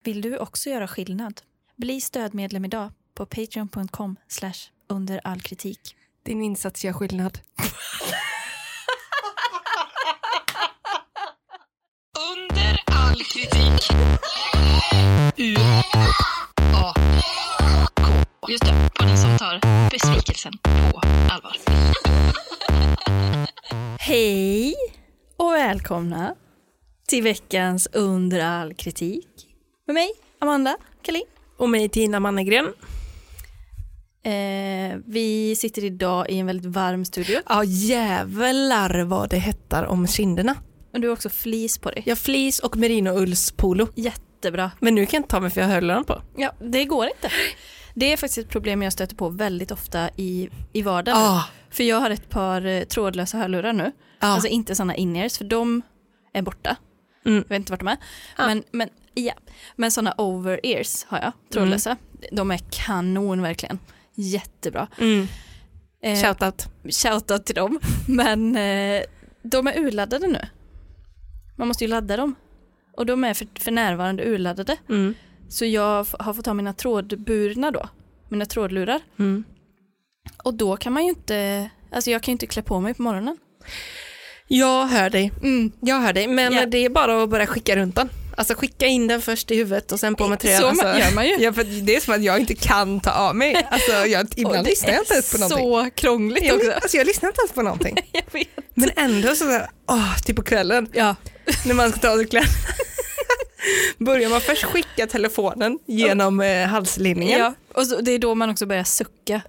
Vill du också göra skillnad? Bli stödmedlem idag på patreon.com/underallkritik. Din insats gör skillnad. Under all kritik. U-A-K. Just det, på den som tar besvikelsen på allvar. Hej och välkomna till veckans Under all kritik. Med mig, Amanda Kalin. Och mig, Tina Mannegren. Vi sitter idag i en väldigt varm studio. Ja, jävlar vad det hettar om kinderna. Och du har också flis på dig. Jag har flis och merino-ullspolo. Jättebra. Men nu kan jag inte ta mig för jag höll den på. Ja, det går inte. Det är faktiskt ett problem jag stöter på väldigt ofta i vardagen. För jag har ett par trådlösa hörlurar nu. Alltså inte sådana in-ears, för de är borta. Jag vet inte vart de är. Men sådana over-ears har jag, trådlösa. De är kanon verkligen. Jättebra. Shoutout till dem. Men de är urladdade nu. Man måste ju ladda dem. Och de är för närvarande urladdade. Så jag har fått ta mina trådburna då. Mina trådlurar. Och då kan man ju inte... Alltså jag kan ju inte klä på mig på morgonen. Jag hör dig. Men det är bara att börja skicka runt den. Alltså skicka in den först i huvudet och sen på med tröjan. Så gör man ju. Ja, för det är som att jag inte kan ta av mig. Alltså ibland lyssnar jag inte ens på någonting. Så krångligt också. Alltså jag lyssnar inte ens på någonting. Jag vet. Men ändå så typ på kvällen. Ja. När man ska ta av sig kläderna. Börjar man först skicka telefonen genom halslinningen. Ja, och så, det är då man också börjar sucka.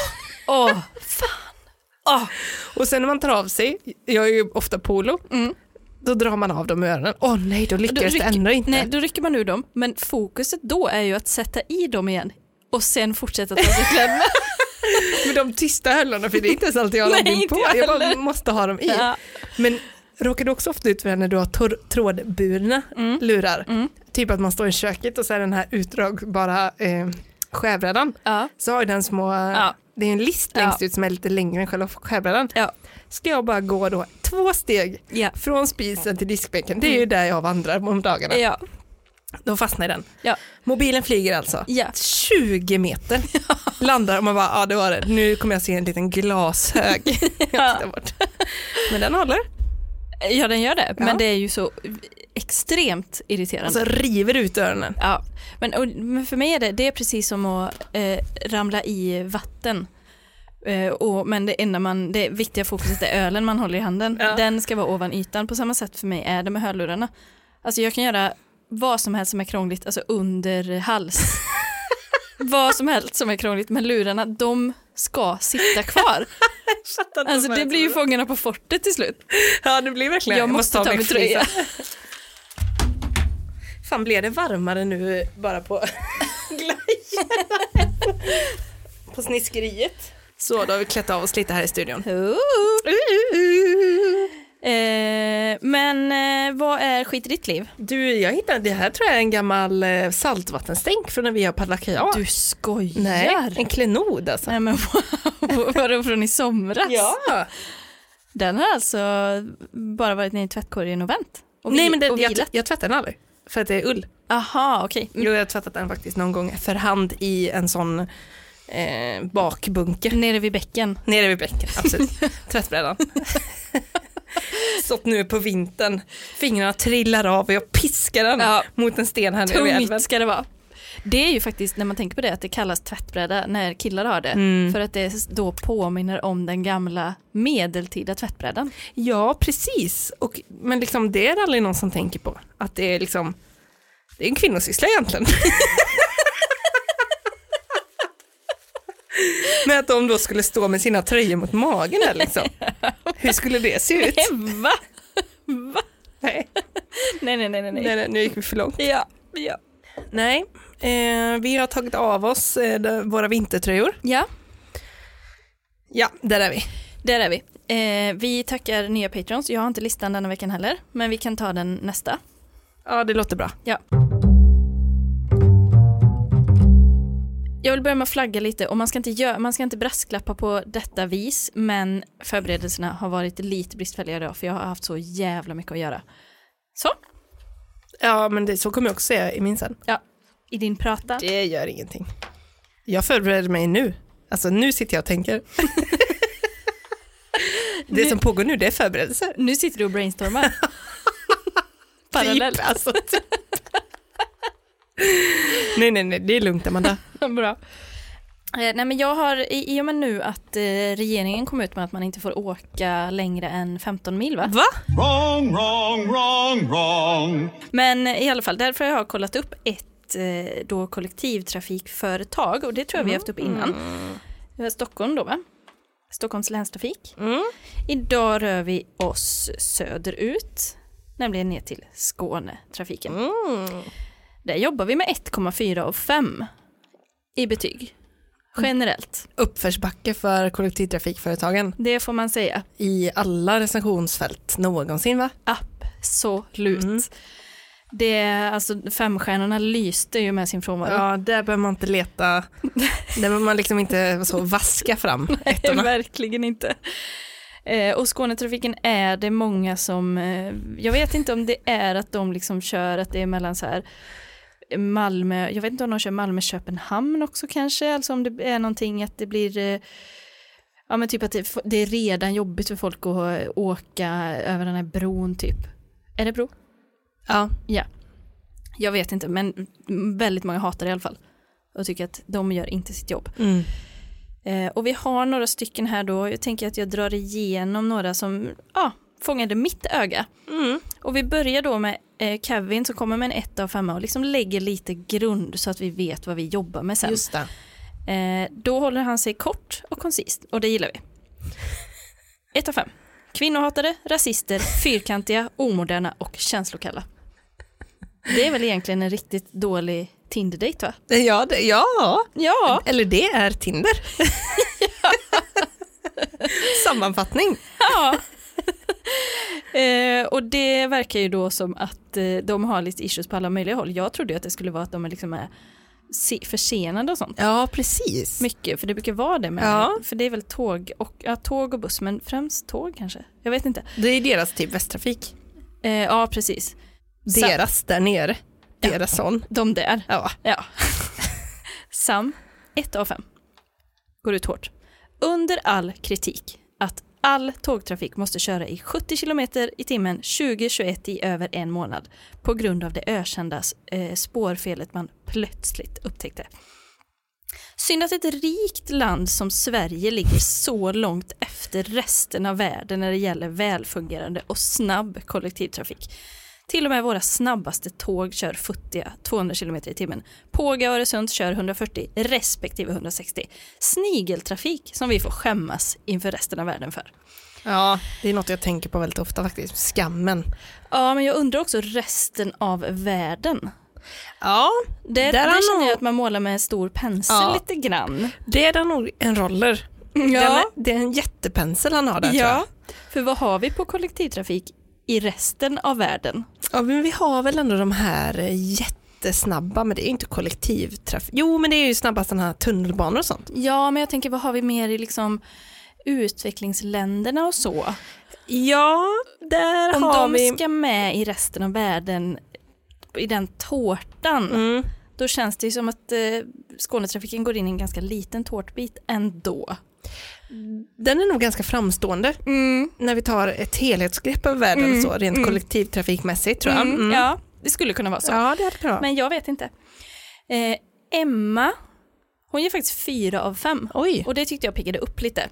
Fan. Och sen när man tar av sig, jag är ju ofta polo, då drar man av dem i öronen. Nej, då lyckas det ändå inte. Nej, då rycker man ur dem. Men fokuset då är ju att sätta i dem igen och sen fortsätta ta sig kläderna. Med de tysta hörlurarna, för det är inte ens alltid jag har dem på. Jag bara måste ha dem i. Ja. Men råkar du också ofta ut för när du har trådburna lurar? Typ att man står i köket och så är den här utdragbara skärbrädan. Så har den små... Det är en list längst ut som är lite längre än själva skärbrädan. Ska jag bara gå då 2 steg från spisen till diskbänken. Det är ju där jag vandrar om dagarna. Då fastnar den. Mobilen flyger alltså 20 meter. Landar och man bara, det var det. Nu kommer jag se en liten glashög. Men den håller. Ja, den gör det. Men det är ju så extremt irriterande. Alltså river ut öronen. Ja, men för mig är det är precis som att ramla i vatten. Men det viktiga fokuset är ölen man håller i handen. Den ska vara ovan ytan. På samma sätt för mig är det med hörlurarna. Alltså jag kan göra vad som helst som är krångligt, alltså under hals. Vad som helst som är krångligt, men lurarna, de ska sitta kvar. Alltså det blir ju fångarna på fortet till slut. Ja, det blir verkligen. Jag måste ta min tröja. Fan, blir det varmare nu bara på på sniskeriet? Så då har vi klätt av oss lite här i studion. Men vad är skit i ditt liv? Du, jag hittade det här, tror jag är en gammal saltvattenstänk från när vi har paddlat kajak. Du skojar? Nej, en klenod alltså. Nej, men var det från i somras? Ja. Den har alltså bara varit nere i tvättkorgen och vänt. Nej, men jag tvättar den aldrig. För att det är ull. Aha, okej. Jo, jag har tvättat den faktiskt någon gång för hand i en sån bakbunker. Nere vid bäcken, absolut. Tvättbrädan. Stått nu på vintern. Fingrarna trillar av och jag piskar den mot en sten här nere i älven. Ska det vara. Det är ju faktiskt, när man tänker på det, att det kallas tvättbräda när killar har det. För att det då påminner om den gamla medeltida tvättbrädan. Ja, precis. Men liksom, det är aldrig någon som tänker på. Att det är liksom, det är en kvinnosyssla egentligen. Men att de då skulle stå med sina tröjor mot magen här liksom. Hur skulle det se ut? Va? Nej. Nej, nu gick vi för långt. Ja. Nej, vi har tagit av oss våra vintertröjor. Ja, där är vi. Vi tackar nya patrons. Jag har inte listan denna veckan heller, men vi kan ta den nästa. Ja, det låter bra. Ja. Jag vill börja med att flagga lite, och man ska inte brasklappa på detta vis, men förberedelserna har varit lite bristfälliga idag, för jag har haft så jävla mycket att göra. Så? Ja, men så kommer jag också säga i min sen. Ja, i din prata? Det gör ingenting. Jag förbereder mig nu. Alltså nu sitter jag och tänker. Det som pågår nu, det är förberedelser. Nu sitter du och brainstormar. Parallellt. Typ, alltså, typ. Nej, det är lugnt, Amanda. Bra. Nej, men jag har, i och med nu att regeringen kom ut med att man inte får åka längre än 15 mil, va? Va? Wrong. Men i alla fall, därför har jag kollat upp ett då kollektivtrafikföretag, och det tror jag vi har haft upp innan. Det var Stockholm då, va? Stockholms länstrafik. Idag rör vi oss söderut, nämligen ner till Skånetrafiken. Där jobbar vi med 1,4 av 5 i betyg. Generellt. Uppförsbacke för kollektivtrafikföretagen. Det får man säga. I alla recensionsfält någonsin, va? Absolut. Det, alltså 5-stjärnorna lyste ju med sin frånvaro. Ja, där behöver man inte leta. Där behöver man liksom inte så vaska fram ettorna. Verkligen inte. Och Skånetrafiken är det många som, jag vet inte om det är att de liksom kör att det är mellan så här Malmö, jag vet inte om de kör Malmö-Köpenhamn också kanske, alltså om det är någonting att det blir ja men typ att det är redan jobbigt för folk att åka över den här bron typ. Är det bro? Ja. Jag vet inte, men väldigt många hatar det i alla fall och tycker att de gör inte sitt jobb. Och vi har några stycken här då, jag tänker att jag drar igenom några som fångade mitt öga. Och vi börjar då med Kevin som kommer med en 1 av 5 och liksom lägger lite grund så att vi vet vad vi jobbar med sen. Just det. Då håller han sig kort och koncist, och det gillar vi. 1 av 5. Kvinnohatare, rasister, fyrkantiga, omoderna och känslokalla. Det är väl egentligen en riktigt dålig Tinder-date, va? Ja. Eller det är Tinder. Sammanfattning. Ja. Och det verkar ju då som att de har lite issues på alla möjliga håll. Jag trodde att det skulle vara att de liksom är försenade och sånt. Ja, precis. Mycket, för det brukar vara det med, för det är väl tåg och buss, men främst tåg kanske. Jag vet inte. Det är deras typ Västtrafik. Ja, precis. Deras där nere. Deras sån. De där. Ja. Sam, 1 av 5. Går ut hårt. Under all kritik att all tågtrafik måste köra i 70 km i timmen 2021 i över en månad på grund av det ökända spårfelet man plötsligt upptäckte. Synd att ett rikt land som Sverige ligger så långt efter resten av världen när det gäller välfungerande och snabb kollektivtrafik. Till och med våra snabbaste tåg kör futtiga 200 km i timmen. Påga och Öresund kör 140 respektive 160. Snigeltrafik som vi får skämmas inför resten av världen för. Ja, det är något jag tänker på väldigt ofta faktiskt. Skammen. Ja, men jag undrar också resten av världen. Ja, det känner jag att man målar med en stor pensel lite grann. Det är nog en roller. Ja. Det är en jättepensel han har där, tror jag. För vad har vi på kollektivtrafik i resten av världen? Ja, men vi har väl ändå de här jättesnabba, men det är inte kollektivtrafik. Jo, men det är ju snabbast den här tunnelbanor och sånt. Ja, men jag tänker, vad har vi mer i liksom utvecklingsländerna och så? Ja, där om har vi... Om de ska med i resten av världen i den tårtan, då känns det ju som att Skånetrafiken går in i en ganska liten tårtbit ändå. Den är nog ganska framstående när vi tar ett helhetsgrepp över världen så, rent kollektivtrafikmässigt tror jag. Ja, det skulle kunna vara så. Ja, det är bra. Men jag vet inte. Emma, hon ger faktiskt 4 av 5. Oj. Och det tyckte jag piggade upp lite.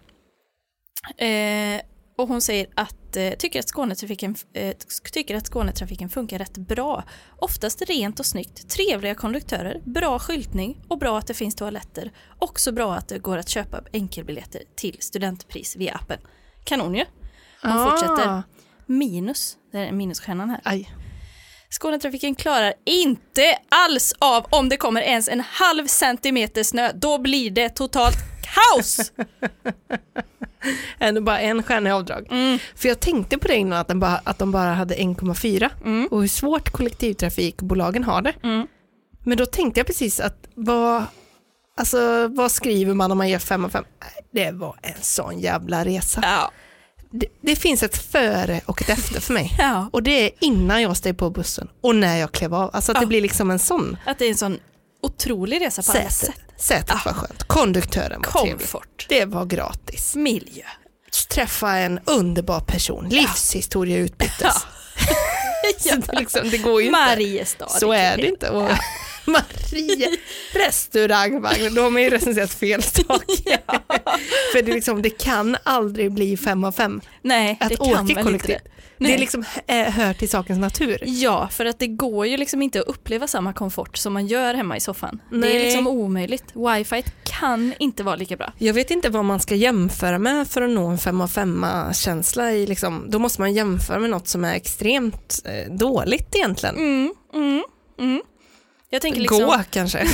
Och hon säger att tycker att Skånetrafiken funkar rätt bra. Oftast rent och snyggt, trevliga konduktörer, bra skyltning och bra att det finns toaletter. Också bra att det går att köpa enkelbiljetter till studentpris via appen. Kanon ju. Hon fortsätter. Minus, det är minusstjärnan här. Aj. Skånetrafiken klarar inte alls av om det kommer ens en halv centimeter snö. Då blir det totalt kaos! Ändå bara en stjärna i avdrag. För jag tänkte på det innan att de bara hade 1,4 och hur svårt kollektivtrafikbolagen har det. Men då tänkte jag precis att vad skriver man om man ger 5 av 5? Det var en sån jävla resa. Ja. Det finns ett före och ett efter för mig. Ja. Och det är innan jag steg på bussen och när jag klev av. Alltså att det blir liksom en sån. Att det är en sån otrolig resa på alla sätt. Sätet var skönt. Konduktören var komfort. trevlig. Det var gratis. Miljö. Träffa en underbar person. Livshistoria utbyttes. Så det går ju inte. Mariestad. Så är det inte. Och Marie, restaurangvagn. Då har man ju recenserat fel saker. För det kan aldrig bli 5 av 5. Nej, att det kan åka väl kollektivt. inte. Det hör till sakens natur. Ja, för att det går ju inte att uppleva samma komfort som man gör hemma i soffan. Nej. Det är omöjligt. Wifi kan inte vara lika bra. Jag vet inte vad man ska jämföra med för att nå en 5 av 5-känsla. Då måste man jämföra med något som är extremt dåligt egentligen. Jag tänker Gå kanske.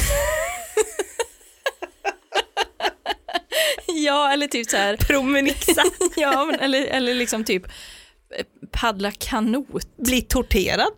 Ja, eller typ så här. Promenixa. Ja, men, eller typ paddla kanot. Bli torterad.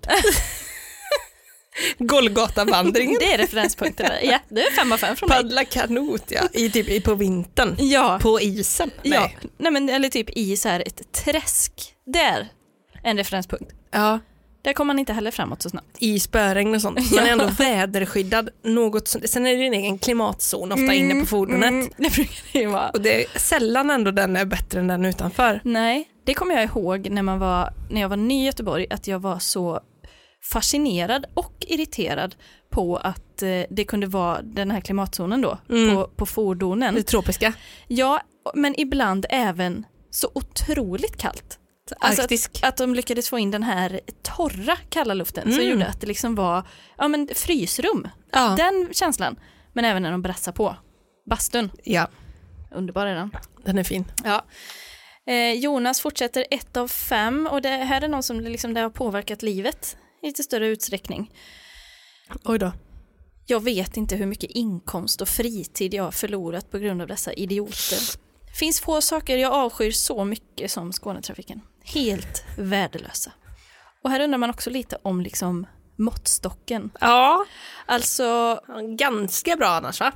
Golgata-vandringen. Det är referenspunkten. Ja, det är 5 av 5 från mig. Paddla kanot, ja. På vintern. Ja. På isen. Ja. Nej, men, eller typ i så här ett träsk. Där en referenspunkt. Ja. Där kommer man inte heller framåt så snabbt. I spöregn och sånt. Man är ändå väderskyddad. Sen är det en egen klimatzon ofta inne på fordonet. Det brukar det vara. Och det är sällan ändå den är bättre än den utanför. Nej, det kommer jag ihåg när jag var ny i Göteborg, att jag var så fascinerad och irriterad på att det kunde vara den här klimatzonen då på fordonen. Det tropiska. Ja, men ibland även så otroligt kallt. Alltså att de lyckades få in den här torra kalla luften så gjorde att det var frysrum. Ja. Den känslan. Men även när de brassar på. Bastun. Ja. Underbar är den. Den är fin. Ja. Jonas fortsätter 1 av 5 och det här är någon som det har påverkat livet i lite större utsträckning. Oj då. Jag vet inte hur mycket inkomst och fritid jag har förlorat på grund av dessa idioter. Finns få saker jag avskyr så mycket som Skånetrafiken. Helt värdelösa. Och här undrar man också lite om måttstocken. Ja. Alltså ganska bra annars, va?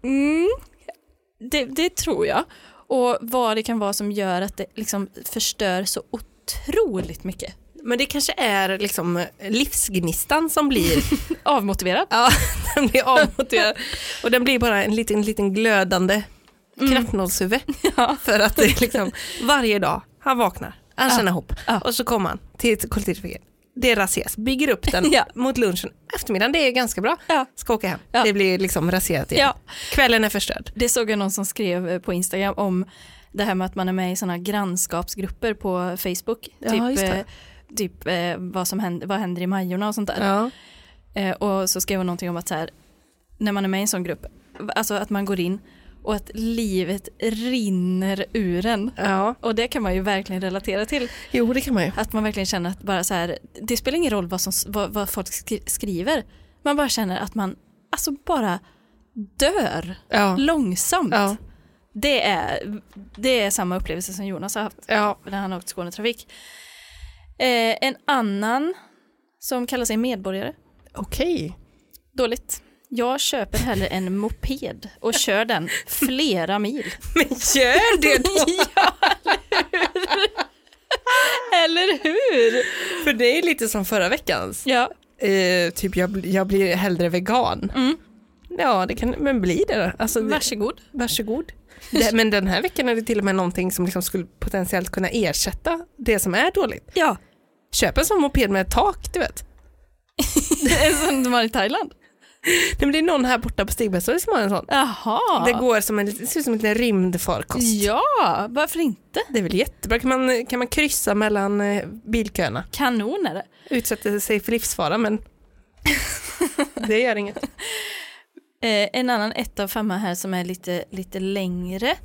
Det tror jag. Och vad det kan vara som gör att det förstör så otroligt mycket. Men det kanske är livsgnistan som blir avmotiverad. Ja, den blir avmotiverad. Och den blir bara en liten glödande knappnålshuvud. Ja. För att det varje dag han vaknar, han känner ihop. Och så kommer han till kollektivtrafiken. Det raseras, bygger upp den mot lunchen. Eftermiddagen, det är ganska bra. Ska åka hem. Det blir raserat igen. Kvällen är förstörd. Det såg jag någon som skrev på Instagram om det här med att man är med i såna grannskapsgrupper på Facebook. Typ vad händer i Majorna och sånt där. Ja. Och så skrev hon någonting om att så här, när man är med i en sån grupp, alltså att man går in och att livet rinner ur en. Ja. Och det kan man ju verkligen relatera till. Jo, det kan man ju. Att man verkligen känner att bara så här, det spelar ingen roll vad folk skriver. Man bara känner att man bara dör långsamt. Ja. Det är samma upplevelse som Jonas har haft när han har åkt Skånetrafik. En annan som kallar sig medborgare. Okej. Dåligt. Jag köper hellre en moped och kör den flera mil. Men gör det då! Ja, eller hur? För det är lite som förra veckans. Ja. Typ jag blir hellre vegan. Ja, men blir det då? Alltså, Varsågod. Men den här veckan är det till och med någonting som skulle potentiellt kunna ersätta det som är dåligt. Ja. Köp en sån moped med ett tak, du vet. Det är som de har i Thailand. Det är någon här borta på Stigbergstorget som har en sån. Jaha. Det går det ser ut som en rymdfarkost. Ja, varför inte? Det är väl jättebra. Kan man kryssa mellan bilköerna? Kanon är det. Utsätter sig för livsfara, men det gör inget. En annan 1 av 5 här som är lite längre.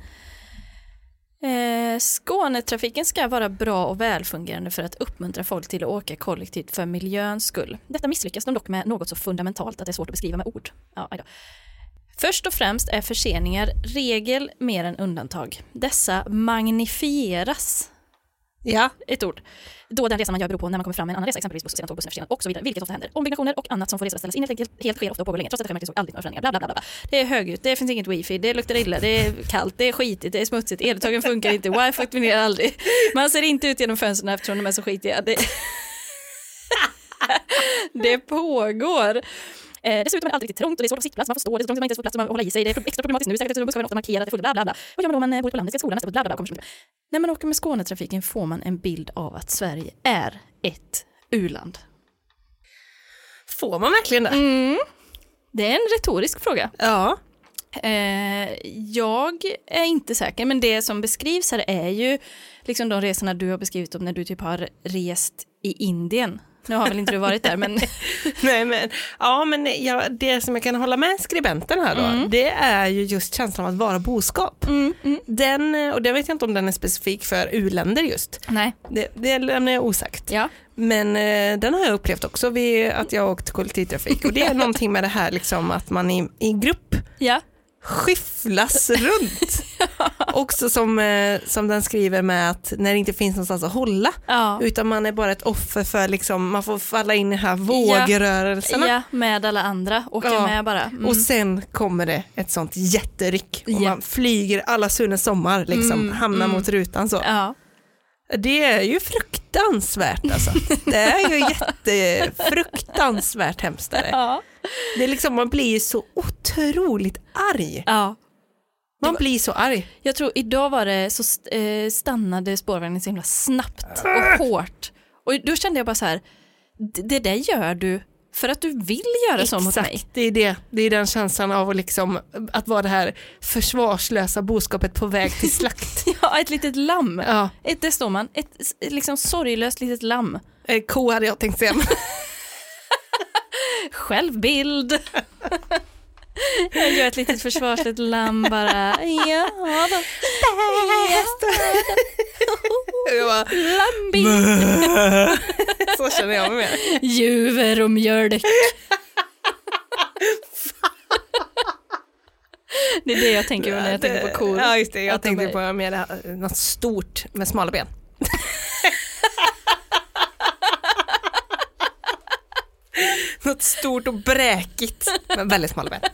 Skånetrafiken ska vara bra och välfungerande för att uppmuntra folk till att åka kollektivt för miljöns skull. Detta misslyckas de dock med något så fundamentalt att det är svårt att beskriva med ord. Först och främst är förseningar regel mer än undantag. Dessa magnifieras. Ja, ett ord. Då den resa man gör beror på när man kommer fram med en annan resa, exempelvis buss, sedan tågbussen är försenad och så vidare, vilket ofta händer. Ombyggnationer och annat som får resor ställas in helt sker ofta och pågår länge, trots att det skämmer aldrig några förändringar. Bla, bla, bla, bla. Det är högljutt, det finns inget wifi, det luktar illa, det är kallt, det är skitigt, det är smutsigt, eluttagen funkar inte, wifi funkar aldrig. Man ser inte ut genom fönstren eftersom de är så skitiga. Det pågår. Dessutom är det alltid riktigt trångt och det är svårt att få sittplats. Man får stå, det är trångt, man inte får plats, man hålla i sig. Det är extra problematiskt nu, säkert bussarna ofta markerat, det är fullt, bla bla bla. Vad gör man då man bor på landet, ska skolan, bla bla bla. När man åker med Skånetrafiken får man en bild av att Sverige är ett u-land. Får man verkligen det? Det är en retorisk fråga. Ja. Jag är inte säker, men det som beskrivs här är ju liksom de resorna du har beskrivit om när du typ har rest i Indien. Nu har väl inte du varit där, men... Nej, men det som jag kan hålla med skribenten här då, det är ju just känslan av att vara boskap. Och det vet jag inte om den är specifik för u-länder just. Nej. Det lämnar jag osagt. Ja. Men den har jag upplevt också att jag åkt kollektivtrafik. Och det är någonting med det här liksom att man i grupp skyfflas runt. Också som den skriver med att när det inte finns någonstans att hålla, utan man är bara ett offer för liksom, man får falla in i de här vågrörelserna. Ja, med alla andra, åker med bara. Och sen kommer det ett sånt jätteryck och man flyger alla Sunnes sommar liksom, hamnar mot rutan så. Ja. Det är ju fruktansvärt alltså. Det är ju jättefruktansvärt hemskt. Det är liksom, man blir så otroligt arg. Ja. Man blir så arg. Jag tror idag var det så stannade spårvagnen så himla snabbt och hårt. Och då kände jag bara så här, det där gör du för att du vill göra så mot mig. Det är den känslan av liksom, att vara det här försvarslösa boskapet på väg till slakt. Ja, ett litet lamm. Ja. Det står man. Ett liksom sorglöst litet lamm. Ko hade jag tänkt säga. Självbild. Jag gör ett litet försvarslöst lamm bara. Ja, då. Lambild. Så känner jag mig med. Juver och mjölk. Det är det jag tänker när jag tänker på kor. Ja, just det. Jag tänkte på med något stort med smala ben. Något stort och bräkigt men väldigt smala ben.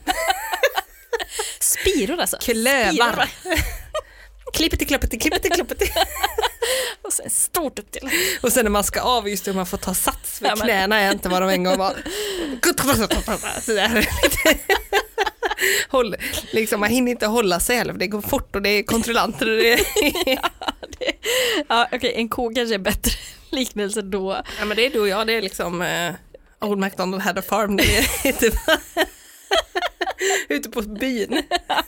Spiror alltså. Klövar. Klippeti. Och sen stort upp till. Och sen när man ska av, just det, man får ta sats för knäna är inte vad de en gång var. Sådär. Liksom, man hinner inte hålla sig heller, för det går fort och det är kontrollanter. Och Okej, en ko kanske är bättre liknelse då. Ja, men det är du och jag, det är liksom Old MacDonald had a farm. Det är ute på byn.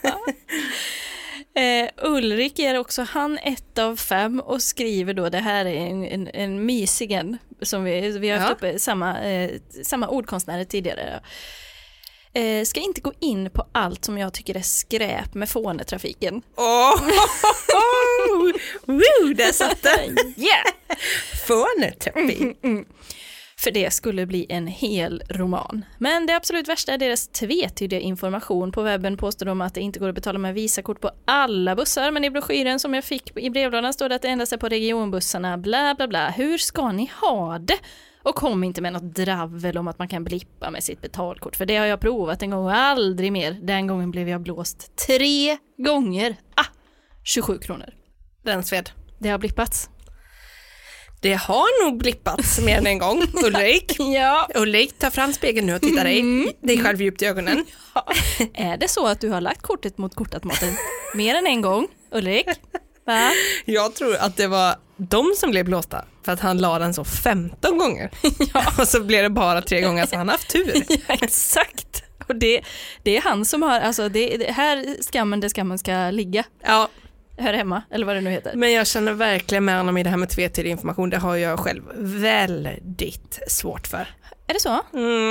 Ulrik är också han 1 av 5 och skriver då, det här är en mysigen som vi har haft uppe samma ordkonstnärer tidigare. Ska inte gå in på allt som jag tycker är skräp med Fånetrafiken. Woo, där satt den. Yeah. Fånetrafik. För det skulle bli en hel roman. Men det absolut värsta är deras tvetydiga information. På webben påstår de att det inte går att betala med visakort på alla bussar. Men i broschyren som jag fick i brevlådan står det att det endast är på regionbussarna. Bla bla bla. Hur ska ni ha det? Och kom inte med något dravel om att man kan blippa med sitt betalkort. För det har jag provat en gång och aldrig mer. Den gången blev jag blåst 3 gånger. 27 kronor. Den sved. Det har blippats. Det har nog blippats mer än en gång, Ulrik. Ja. Ulrik, ta fram spegeln nu och titta dig själv djupt i ögonen. Ja. Är det så att du har lagt kortet mot kortautomaten mer än en gång, Ulrik? Va? Jag tror att det var de som blev blåsta för att han la den så 15 gånger. Ja. Och så blev det bara 3 gånger, så han har haft tur. Ja, exakt. Och det är han som har, alltså det här skammen ska ligga. Ja. Hör hemma, eller vad det nu heter. Men jag känner verkligen med honom i det här med tvetydig information. Det har jag själv väldigt svårt för. Är det så?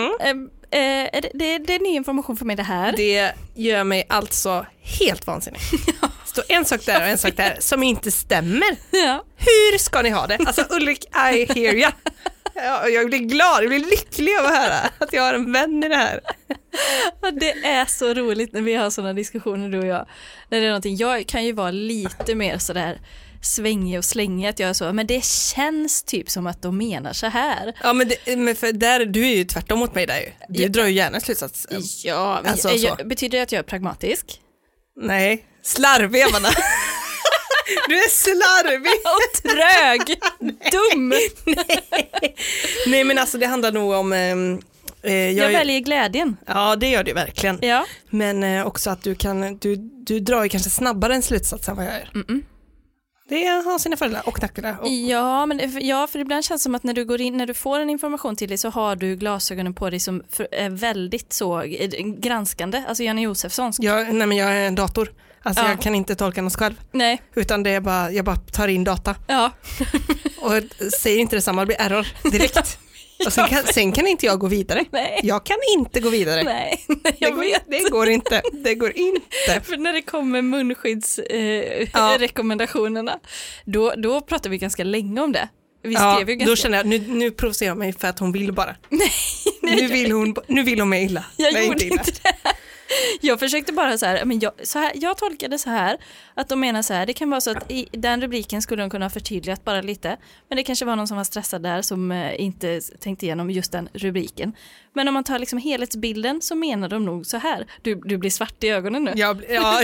Det är ny information för mig det här. Det gör mig alltså helt vansinnig. Står en sak där och en sak där som inte stämmer. Ja. Hur ska ni ha det? Alltså Ulrik, I hear ya. Jag blir glad, jag blir lycklig av att höra att jag har en vän i det här. Ja, det är så roligt när vi har sådana diskussioner, du och jag. När det är någonting, jag kan ju vara lite mer sådär svängig och slängig, att jag är så, men det känns typ som att de menar så här. Ja, men för där, du är ju tvärtom mot mig där ju. Du drar ju gärna slutsats. Ja, men alltså, betyder det att jag är pragmatisk? Nej, slarvig Amanda. Du är slarvig. Och trög. Dum. Nej, men alltså det handlar nog om Jag väljer glädjen. Ja, det gör du verkligen. Ja. Men också att du drar ju kanske snabbare en slutsats än vad jag gör. Det har sina fördelar och nackdelar. Ja, för ibland känns det som att när du får en information till dig så har du glasögonen på dig som är väldigt så granskande. Alltså Janne Josefssonsk. Men jag är en dator. Alltså jag kan inte tolka något själv. Nej. Utan det är bara, jag bara tar in data. Ja. Och säger inte detsamma, det blir error direkt. Och sen kan inte jag gå vidare. Nej. Jag kan inte gå vidare. Nej, det går inte. Det går inte. För när det kommer munskyddsrekommendationerna, då pratar vi ganska länge om det. Vi skrev ju ganska... Då känner jag, nu provocerar jag mig för att hon vill bara. Nej. Nu vill hon mig illa. Jag gjorde inte det. Jag försökte bara jag tolkade så här att de menar så här, det kan vara så att i den rubriken skulle de kunna ha förtydligat bara lite, men det kanske var någon som var stressad där som inte tänkte igenom just den rubriken. Men om man tar liksom helhetsbilden så menar de nog så här. Du blir svart i ögonen nu. Ja. Jävlar!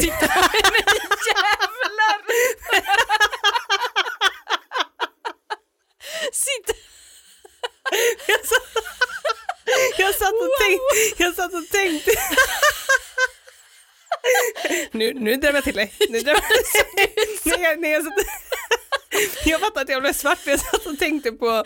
Sitt. Jag satt och tänkte. Nu drar jag till dig. Jag fattar att jag blev svart, för jag satt och tänkte på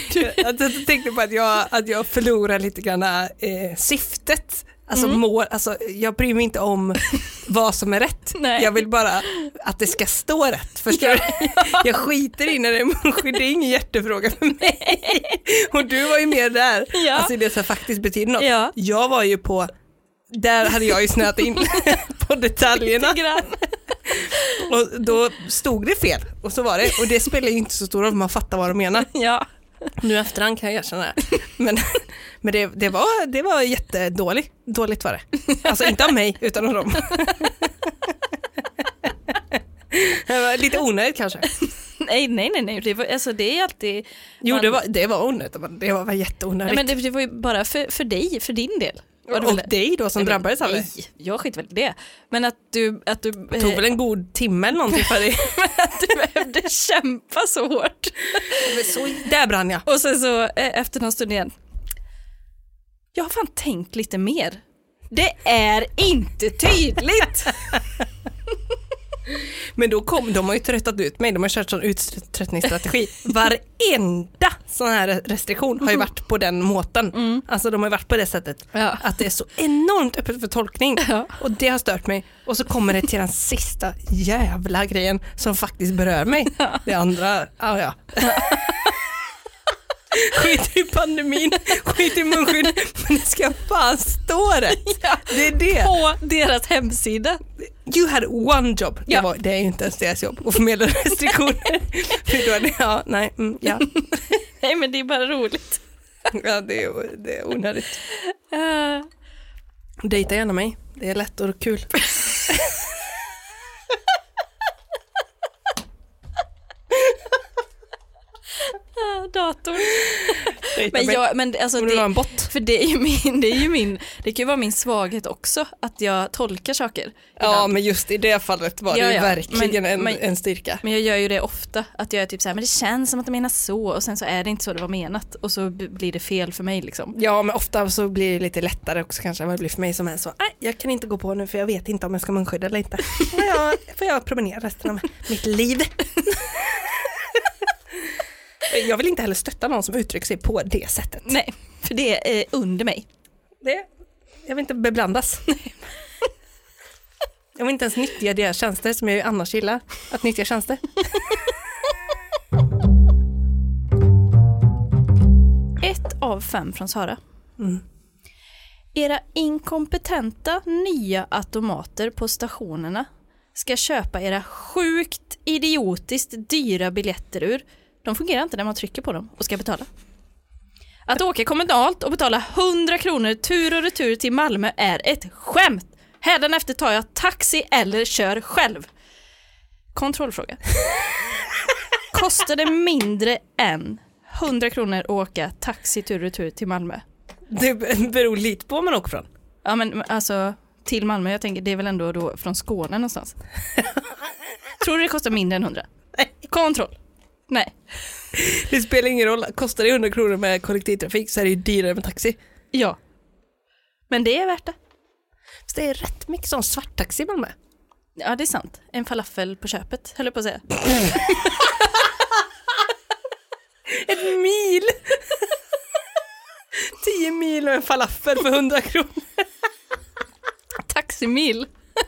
att jag förlorar lite grann syftet. Alltså mål, alltså jag bryr mig inte om vad som är rätt. Nej. Jag vill bara att det ska stå rätt. Förstår du? Jag skiter i när det är munskydd, det är ingen hjärtefråga för mig. Och du var ju mer där. Ja. Alltså det som faktiskt betyder något. Ja. Jag var ju på, där hade jag ju snöat in på detaljerna. Och då stod det fel. Och så var det. Och det spelar ju inte så stor roll om man fattar vad de menar. Ja. Nu efterhand kan jag erkänna det. Men det var jättedåligt. Dåligt var det. Alltså inte av mig, utan av dem. Det var lite onödigt kanske. Nej. Det var, alltså det är alltid... Jo, det var onödigt. Det var jätteonödigt. Nej, men det var ju bara för dig, för din del. Och dig då som drabbades av det. Nej, jag skiter väl i det. Men att du tog väl en god timme eller någonting för dig. att du behövde kämpa så hårt. Där brann jag. Och sen så efter någon stund igen. Jag har fan tänkt lite mer. Det är inte tydligt. Men de har ju tröttat ut mig. De har kört sån uttröttningsstrategi. Varenda sån här restriktion har ju varit på den måten. Alltså de har varit på det sättet. Ja. Att det är så enormt öppet för tolkning. Ja. Och det har stört mig. Och så kommer det till den sista jävla grejen som faktiskt berör mig. Ja. Det andra, ja. Skit i pandemin, skit i munskydd, men det ska fan stå rätt. Ja, det är det. På deras hemsida. You had one job. Ja. Det är ju inte ens deras jobb att förmedla restriktioner. Nej, men det är bara roligt. Ja, det är onödigt. Dejta gärna mig. Det är lätt och kul. Datorn. Men alltså det var en bot. För det kan ju vara min svaghet också att jag tolkar saker. Ja, ibland. Men just i det fallet var det ju verkligen en styrka. Men jag gör ju det ofta, att jag är typ så här, men det känns som att de menar så, och sen så är det inte så det var menat, och så blir det fel för mig liksom. Ja, men ofta så blir det lite lättare också kanske än vad det blir för mig som är så, nej, jag kan inte gå på nu för jag vet inte om jag ska munskydda eller inte. Får jag promenera resten av mitt liv. Jag vill inte heller stötta någon som uttrycker sig på det sättet. Nej, för det är under mig. Jag vill inte beblandas. Jag vill inte ens nyttja deras tjänster som jag annars gillar att nyttja tjänster. 1 av 5 från Sara. Era inkompetenta nya automater på stationerna ska köpa era sjukt idiotiskt dyra biljetter ur. De fungerar inte när man trycker på dem och ska betala. Att åka kommunalt och betala 100 kronor tur och retur till Malmö är ett skämt. Hädanefter tar jag taxi eller kör själv. Kontrollfråga. Kostar det mindre än 100 kronor att åka taxi tur och retur till Malmö? Det beror lite på var man åker från. Ja, men alltså till Malmö, jag tänker det är väl ändå då från Skåne någonstans. Tror du det kostar mindre än 100? Nej. Kontroll. Nej. Det spelar ingen roll. Kostar det 100 kronor med kollektivtrafik så är det ju dyrare med taxi. Ja. Men det är värt det. Så det är rätt mycket sån svarttaxi man med. Ja, det är sant. En falafel på köpet, höll jag på att säga. Ett mil! 10 mil och en falafel för 100 kronor. Taximil.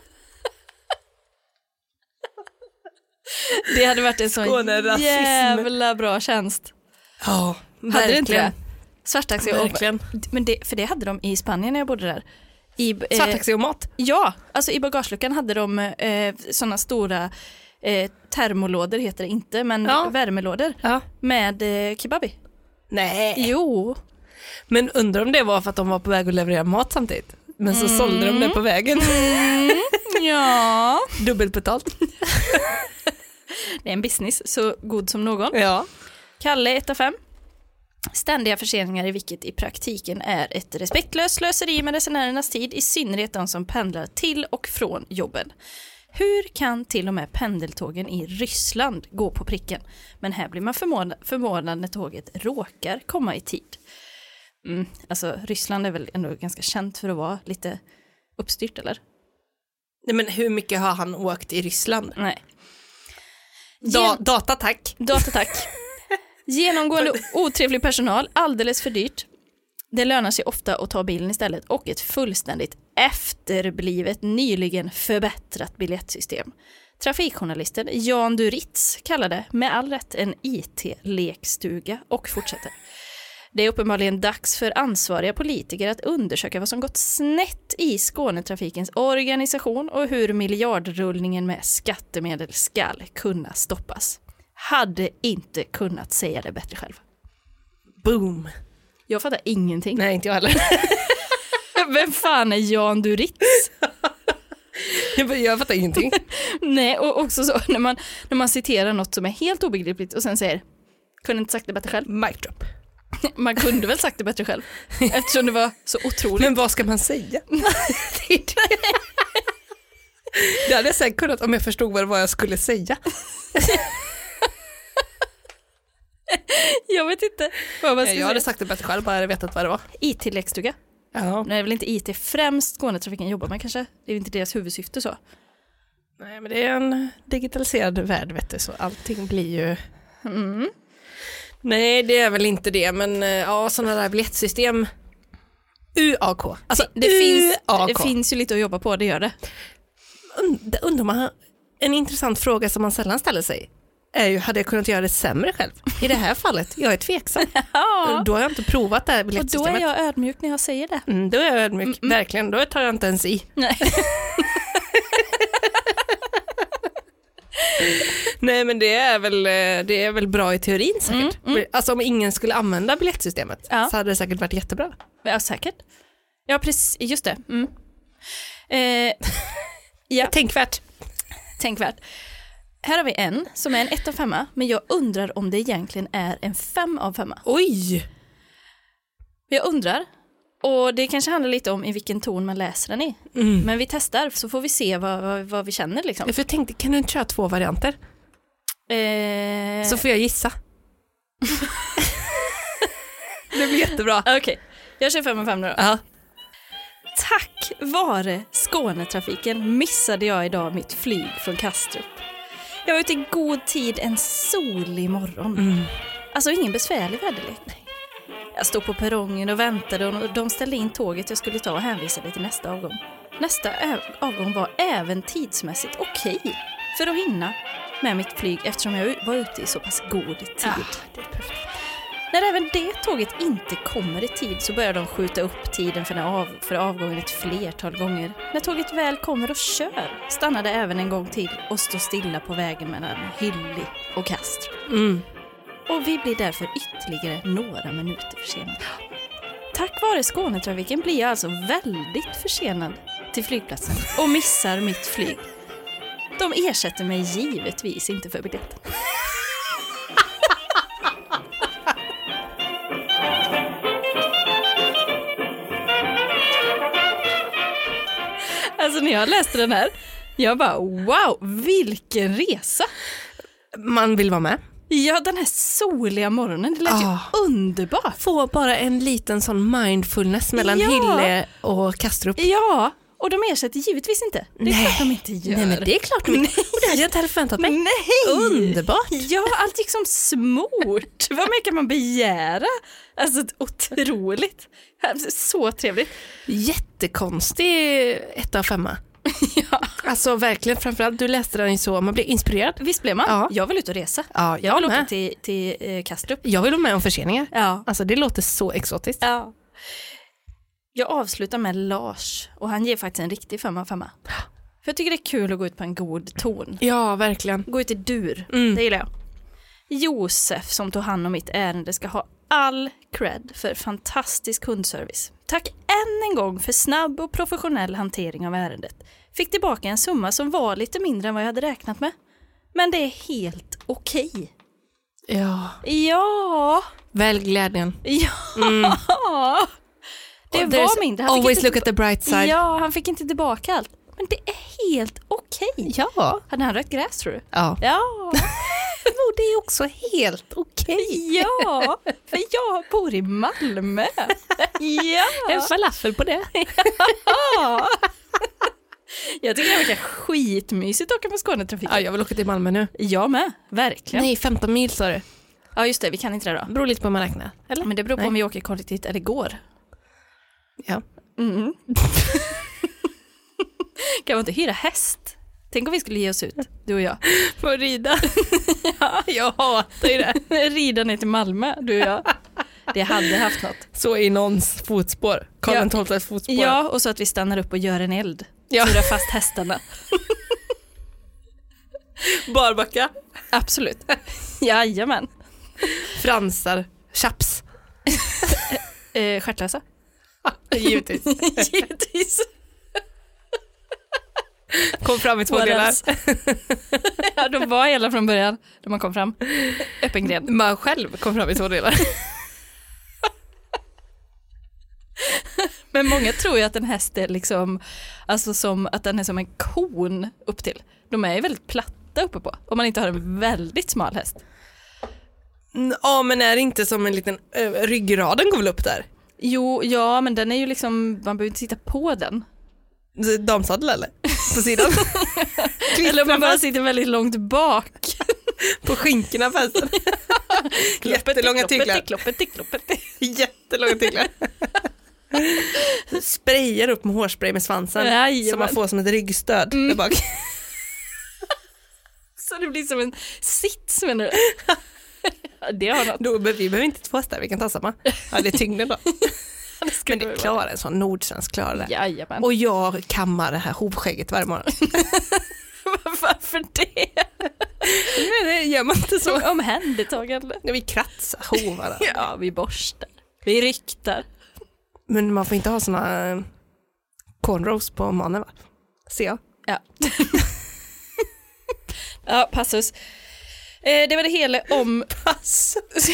Det hade varit en sån jävla bra tjänst. Ja, Hade det inte verkligen. det? Svarttaxi. Verkligen. Men för det hade de i Spanien när jag bodde där. Svarttaxi och mat? Ja, alltså i bagageluckan hade de sådana stora termolådor heter det inte, men värmelådor med kebabi. Nej. Jo. Men undrar om det var för att de var på väg att leverera mat samtidigt. Men så sålde de det på vägen. Ja. Dubbelbetalt. Det är en business så god som någon. Ja. Kalle 1 av 5. Ständiga förseningar i vilket i praktiken är ett respektlöst slöseri med resenärernas tid, i synnerhet de som pendlar till och från jobben. Hur kan till och med pendeltågen i Ryssland gå på pricken? Men här blir man förvånad när tåget råkar komma i tid. Alltså Ryssland är väl ändå ganska känt för att vara lite uppstyrt, eller? Nej, men hur mycket har han åkt i Ryssland? Nej. Data tack. Genomgående otrevlig personal, alldeles för dyrt. Det lönar sig ofta att ta bilen istället, och ett fullständigt efterblivet, nyligen förbättrat biljettsystem. Trafikjournalisten Jan Duritz kallade med all rätt en IT-lekstuga och fortsätter. Det är uppenbarligen dags för ansvariga politiker att undersöka vad som gått snett i Skånetrafikens organisation och hur miljardrullningen med skattemedel ska kunna stoppas. Hade inte kunnat säga det bättre själv. Boom. Jag fattar ingenting. Nej, inte jag heller. Vem fan är Jan Duritz? Jag fattar ingenting. Nej, och också så när man citerar något som är helt obegripligt och sen säger, kunde inte sagt det bättre själv. Mic drop. Man kunde väl sagt det bättre själv. Eftersom det var så otroligt. Men vad ska man säga? Det hade jag säkert kunnat om jag förstod vad jag skulle säga. Jag vet inte. Jag hade sagt det bättre själv, bara jag vetat vad det var. IT-lekstuga. Ja. Nej, det är väl inte IT främst Skånetrafiken jobbar med kanske. Det är inte deras huvudsyfte så. Nej, men det är en digitaliserad värld, vet du, så allting blir ju... Nej, det är väl inte det, men ja, sådana där biljettsystem. UAK. Alltså, det finns ju lite att jobba på, det gör det. Undrar man, en intressant fråga som man sällan ställer sig är ju, hade jag kunnat göra det sämre själv? I det här fallet, jag är tveksam. Då har jag inte provat det här biljettsystemet. Och då är jag ödmjuk när jag säger det. Då är jag ödmjuk, verkligen. Då tar jag inte ens i. Nej. Nej, men det är väl bra i teorin säkert. Alltså om ingen skulle använda biljettsystemet så hade det säkert varit jättebra. Ja, säkert. Ja, precis. Just det. Ja. Tänkvärt. Här har vi en som är en 1 av 5, men jag undrar om det egentligen är en 5 av 5. Oj! Jag undrar, och det kanske handlar lite om i vilken ton man läser den i. Men vi testar så får vi se vad vi känner liksom. För jag tänkte, kan du inte köra 2 varianter? Så får jag gissa. Det blir jättebra. Okej, jag kör 5 av 5 nu då. Ja. Tack vare Skånetrafiken missade jag idag mitt flyg från Kastrup. Jag var ute i god tid en solig morgon. Alltså ingen besvärlig väderlek. Jag stod på perrongen och väntade och de ställde in tåget jag skulle ta och hänvisade till nästa avgång. Nästa avgång var även tidsmässigt okej för att hinna med mitt flyg eftersom jag var ute i så pass god tid. Det är perfekt. När även det tåget inte kommer i tid så börjar de skjuta upp tiden för avgången ett flertal gånger. När tåget väl kommer och kör stannar det även en gång till och står stilla på vägen mellan Hyllie och Kastrup. Och vi blir därför ytterligare några minuter försenade. Tack vare Skånetrafiken blir jag alltså väldigt försenad till flygplatsen och missar mitt flyg. De ersätter mig givetvis inte för biljetten. Alltså när jag läste den här, jag bara wow, vilken resa. Man vill vara med. Ja, den här soliga morgonen, det lät ju underbart. Få bara en liten sån mindfulness mellan Hille och Kastrup. Ja, och de ersätter givetvis inte. Det är klart de inte gör. Nej, men det är klart de inte. Och det hade jag inte förväntat mig. Nej! Underbart. Ja, allt gick som smort. Vad mer kan man begära? Alltså, otroligt. Så trevligt. Jättekonstig 1 av 5. Ja. Alltså verkligen, framförallt du läste den ju så, man blir inspirerad. Visst blev man? Ja. Jag vill ut och resa. Ja, Jag vill åka till Kastrup. Jag vill vara med om förseningar. Ja. Alltså det låter så exotiskt. Ja. Jag avslutar med Lars och han ger faktiskt en riktig 5 av 5. För jag tycker det är kul att gå ut på en god ton. Ja, verkligen. Gå ut i dur, det gillar jag. Josef som tog hand om mitt ärende ska ha all cred för fantastisk kundservice. Tack än en gång för snabb och professionell hantering av ärendet. Fick tillbaka en summa som var lite mindre än vad jag hade räknat med. Men det är helt okej. Ja. Ja. Väl glädjen. Ja. Det var mindre. Always look at the bright side. Ja, han fick inte tillbaka allt. Men det är helt okej. Ja. Hade han rött gräs, tror du? Ja. Ja. Och det är också helt okej. Ja, för jag bor i Malmö. Ja. En falafel på det. Ja. Jag tycker det verkar skitmysigt att åka på Skånetrafiken. Ja, jag vill åka till Malmö nu. Jag med, verkligen. Nej, 15 mil sa du. Ja, just det, vi kan inte det då. Beror lite på hur man räknar. Eller? Men det beror på om vi åker kollektivt eller går. Ja. Kan man inte hyra häst? Tänk om vi skulle ge oss ut, du och jag. Får rida. Ja, jag hatar ju det. Rida ner till Malmö, du och jag. Det hade haft något. Så i någons fotspår. Karl XII:s fotspår. Ja, och så att vi stannar upp och gör en eld. Ja. Surrar fast hästarna. Barbacka. Absolut. Jajamän. Fransar. Chaps. Stjärtlösa. Givetvis. Givetvis. Kom fram i 2 delar. Ja, de var hela från början när man kom fram. Öppen gren. Man själv kom fram i 2 delar. Men många tror ju att en häst är liksom, alltså som att den är som en kon upp till. De är ju väldigt platta uppe på, om man inte har en väldigt smal häst. Ja, men är det inte som en liten ryggraden går väl upp där? Jo, ja, men den är ju liksom, man behöver inte sitta på den. Damsadel eller? På sidan? Eller om man bara sitter väldigt långt bak. På skinkorna på hästen. Jättelånga tyglar. Jättelånga tyglar. Sprayar upp med hårspray med svansen. Jajamän. Som man får som ett ryggstöd där bak. Så det blir som en sits, menar du? Det har något. Då, vi behöver inte 2 hästar, vi kan ta samma. Ja, det är tyngden då. Men det klarar en sån nordsvensk klarar det. Jajamän. Och jag kammar det här hovskägget varje morgon. Varför det? Nej, det gör man inte så. Omhändertagande. Vi kratsar hovarna. Ja, vi borstar. Vi ryktar. Men man får inte ha såna cornrows på manen, va? Ser jag. Ja. Ja, passus. Det var det hela om... Passus.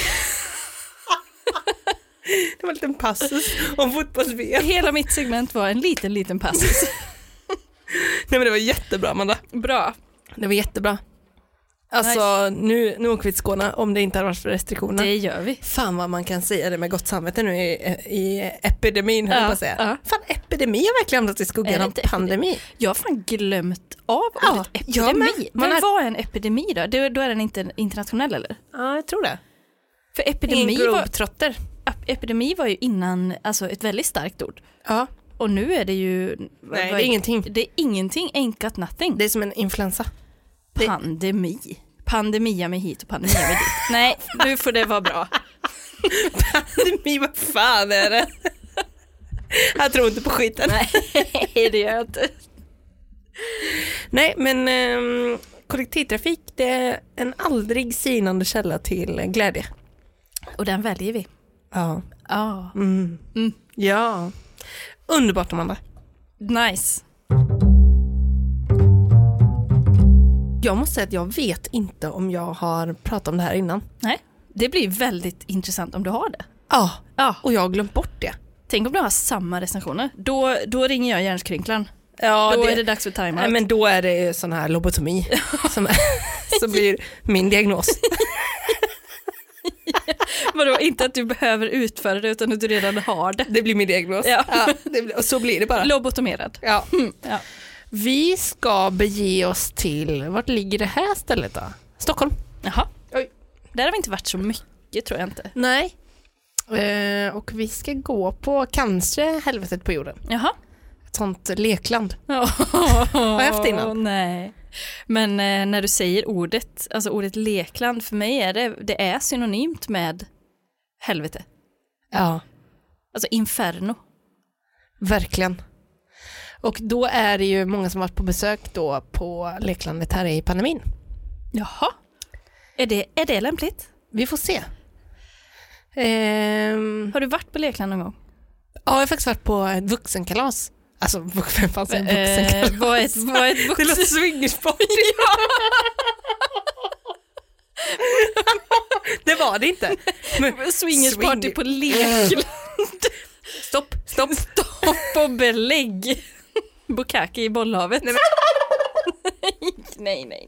Det var en liten passus om fotbolls-VM. Hela mitt segment var en liten passus. Nej, men det var jättebra, Amanda. Bra. Det var jättebra. Alltså, nice. nu åker vi till Skåne om det inte har varit för restriktioner. Det gör vi. Fan vad man kan säga det med gott samvete nu i epidemin, höll jag på att säga. Ja. Fan, epidemi har verkligen hamnat i skuggan av pandemi. Jag har fan glömt av ordet epidemi. Vad var en epidemi då? Då är den inte internationell, eller? Ja, jag tror det. För epidemi var ju innan, alltså ett väldigt starkt ord. Ja. Och nu är det ju... Nej, det är ingenting. Det är ingenting, ain't got nothing. Det är som en influensa. Pandemi. Pandemia med hit och pandemia med dit. Nej, nu får det vara bra. Pandemi, vad fan är det? Jag tror inte på skiten. Nej, det gör jag inte. Nej, men kollektivtrafik, det är en aldrig sinande källa till glädje. Och den väljer vi. Ja. Ja. Ja. Underbart, Amanda. Nice. Jag måste säga att jag vet inte om jag har pratat om det här innan. Nej, det blir väldigt intressant om du har det. Ja, och jag har glömt bort det. Tänk om du har samma recensioner. Då ringer jag hjärnskrynklan. Ja, då är det dags för timeout. Nej, men då är det sån här lobotomi som blir min diagnos. Vadå, inte att du behöver utföra det utan att du redan har det. Det blir min diagnos. Ja. Ja, och så blir det bara. Lobotomerad. Ja. Ja. Vi ska bege oss till, vart ligger det här stället då? Stockholm. Jaha. Oj. Där har vi inte varit så mycket, tror jag inte. Nej. Och vi ska gå på kanske helvetet på jorden. Jaha. Ett sånt lekland. Har jag haft innan? Nej. Men när du säger ordet lekland, för mig är det är synonymt med helvete. Ja. Alltså inferno. Verkligen. Och då är det ju många som varit på besök då på leklandet här i pandemin. Jaha. Är det lämpligt? Vi får se. Har du varit på lekland någon gång? Ja, jag har faktiskt varit på ett vuxenkalas. Alltså, vem fanns en vuxenkalas? Vad är ett vuxen... Det låter swingersport. Ja. Det var det inte. Swingersparty på lekland. Stopp. Stopp och belägg. Bukaki i bollhavet. Nej.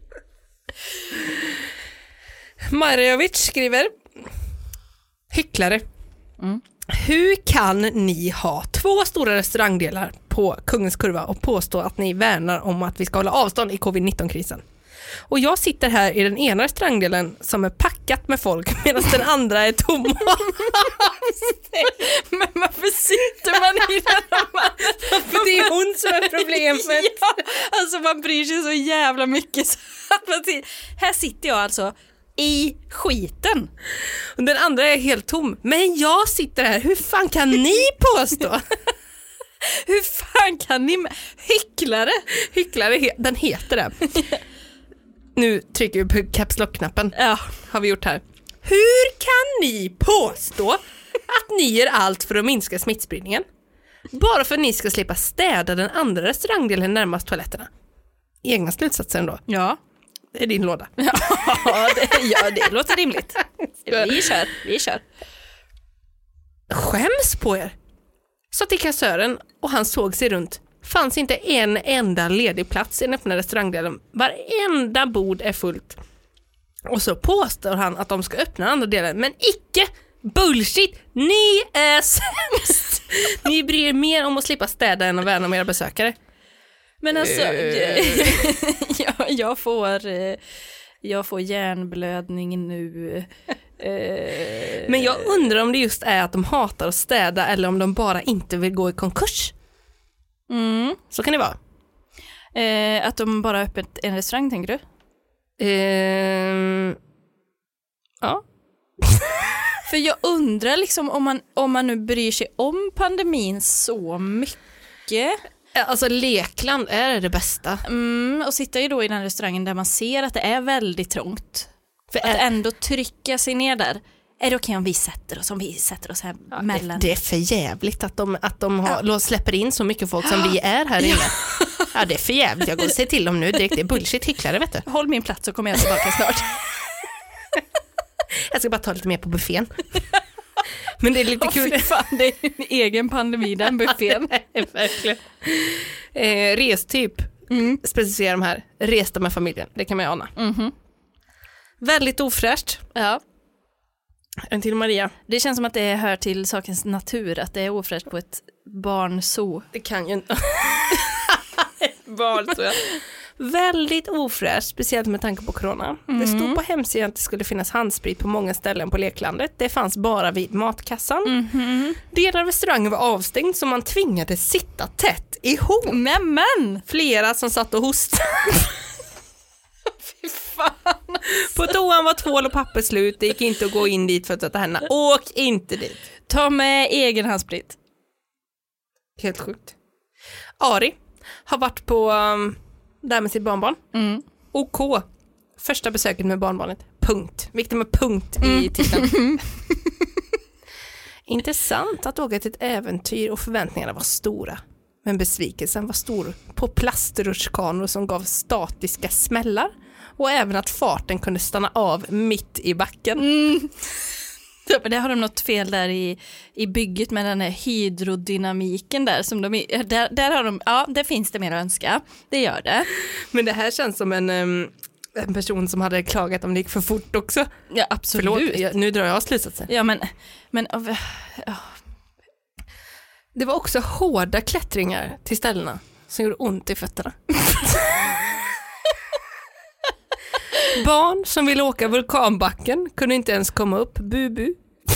Marjovic skriver: hycklare. Hur kan ni ha 2 stora restaurangdelar på Kungens Kurva och påstå att ni värnar om att vi ska hålla avstånd i covid-19-krisen? Och jag sitter här i den ena restaurangdelen som är packat med folk medan den andra är tom. Men varför sitter man i den? För det är hon som är problemet. Ja, alltså man bryr sig så jävla mycket så att här sitter jag alltså i skiten. Och den andra är helt tom. Men jag sitter här. Hur fan kan ni påstå? Hur fan kan ni... Hycklare, den heter det. Nu trycker vi på caps lock-knappen. Ja. Har vi gjort här. Hur kan ni påstå att ni gör allt för att minska smittspridningen? Bara för att ni ska slippa städa den andra restaurangdelen närmast toaletterna. Egna slutsatser ändå. Ja. Det är din låda. Ja, det låter rimligt. Vi kör. Skäms på er. Så till kassören och han såg sig runt. Fanns inte en enda ledig plats i den öppna restaurangdelen. Varenda bord är fullt. Och så påstår han att de ska öppna andra delen. Men icke! Bullshit! Ni är sämst! Ni bryr er mer om att slippa städa än att värna om era besökare. Men alltså, jag får hjärnblödning nu. Men jag undrar om det just är att de hatar att städa eller om de bara inte vill gå i konkurs. Så kan det vara. Att de bara har öppet en restaurang, tänker du? Ja. För jag undrar liksom om man nu bryr sig om pandemin så mycket. Alltså lekland är det bästa. Och sitta ju då i den restaurangen där man ser att det är väldigt trångt. För att ändå trycka sig ner där. Är det okej om vi sätter oss här mellan? Det är för jävligt att de släpper in så mycket folk som vi är här inne. Ja, det är för jävligt. Jag går och säger till dem nu. Det är bullshit, hycklare, vet du. Håll min plats så kommer jag tillbaka snart. Jag ska bara ta lite mer på buffén. Men det är lite kul. Fan, det är en egen pandemi, den buffén. Verkligen. Restyp. Specificerar de här. Resta med familjen. Det kan man ju ana. Väldigt ofräscht. Ja. En till Maria. Det känns som att det hör till sakens natur att det är ofräscht på ett barnzoo. Det kan ju inte. Barnzoo, ja. Väldigt ofräscht, speciellt med tanke på corona. Det stod på hemsidan att det skulle finnas handsprit på många ställen på leklandet. Det fanns bara vid matkassan. Delar av restaurangen var avstängd så man tvingades sitta tätt ihop. Men! Flera som satt och hostade. Fy fan. På toan var tvål och papper slut. Det gick inte att gå in dit för att tvätta händerna. Åk inte dit. Ta med egen handsprit. Helt sjukt. Ari har varit på där med sitt barnbarn. OK. Första besöket med barnbarnet. Punkt. Viktigt med punkt i titeln. Intressant att åka till ett äventyr och förväntningarna var stora. Men besvikelsen var stor på plastrutschkanor som gav statiska smällar. Och även att farten kunde stanna av mitt i backen. Ja, men det har de något fel där i bygget med den här hydrodynamiken där. Som där har de, ja, det finns det mer att önska. Det gör det. Men det här känns som en person som hade klagat om det gick för fort också. Ja, absolut. Förlåt, nu drar jag slutsatser. Ja, men Det var också hårda klättringar till ställena som gjorde ont i fötterna. Barn som ville åka vulkanbacken kunde inte ens komma upp. Bubu.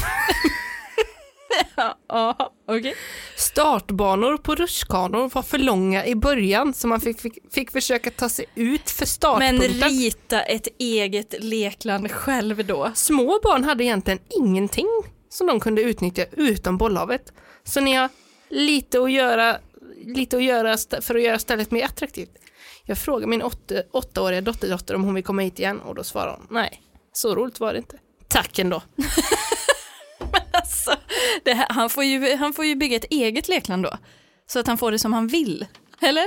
Ja, okej. Startbanor på rutschkanor var för långa i början så man fick försöka ta sig ut för startpunkten. Men rita ett eget lekland själv då. Små barn hade egentligen ingenting som de kunde utnyttja utom bollhavet. Så ni har lite att göra för att göra stället mer attraktivt. Jag frågade min 8-åriga dotter om hon vill komma hit igen och då svarade hon, nej, så roligt var det inte. Tack ändå. Men alltså, han får ju bygga ett eget lekland då. Så att han får det som han vill. Eller?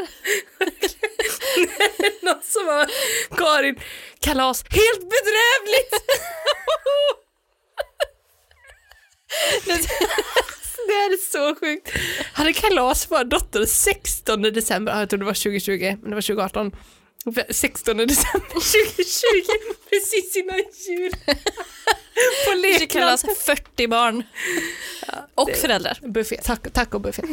Någon som var Karin kalas. Helt bedrövligt! Det är så sjukt. Hade kalas för dotter 16 december. Jag tror det var 2020, men det var 2018. 16 december 2020. Precis innan jul. På lekland. Kalas 40 barn. Ja, och föräldrar. Buffé. Tack och buffé.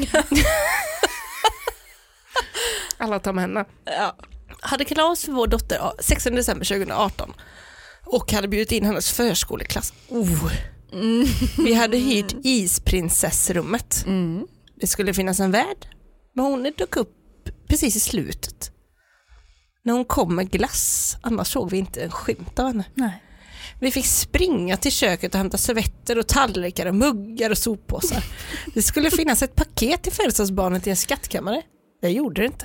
Alla tar med henne. Ja. Hade kalas för vår dotter 16 december 2018 och hade bjudit in hennes förskoleklass. Vi hade hyrt isprinsessrummet. Det skulle finnas en värd, men hon dök upp precis i slutet. När hon kom med glass, annars såg vi inte en skymt av henne. Nej. Vi fick springa till köket och hämta servetter och tallrikar och muggar och soppåsar. Det skulle finnas ett paket till födelsedagsbarnet i en skattkammare. Det gjorde det inte.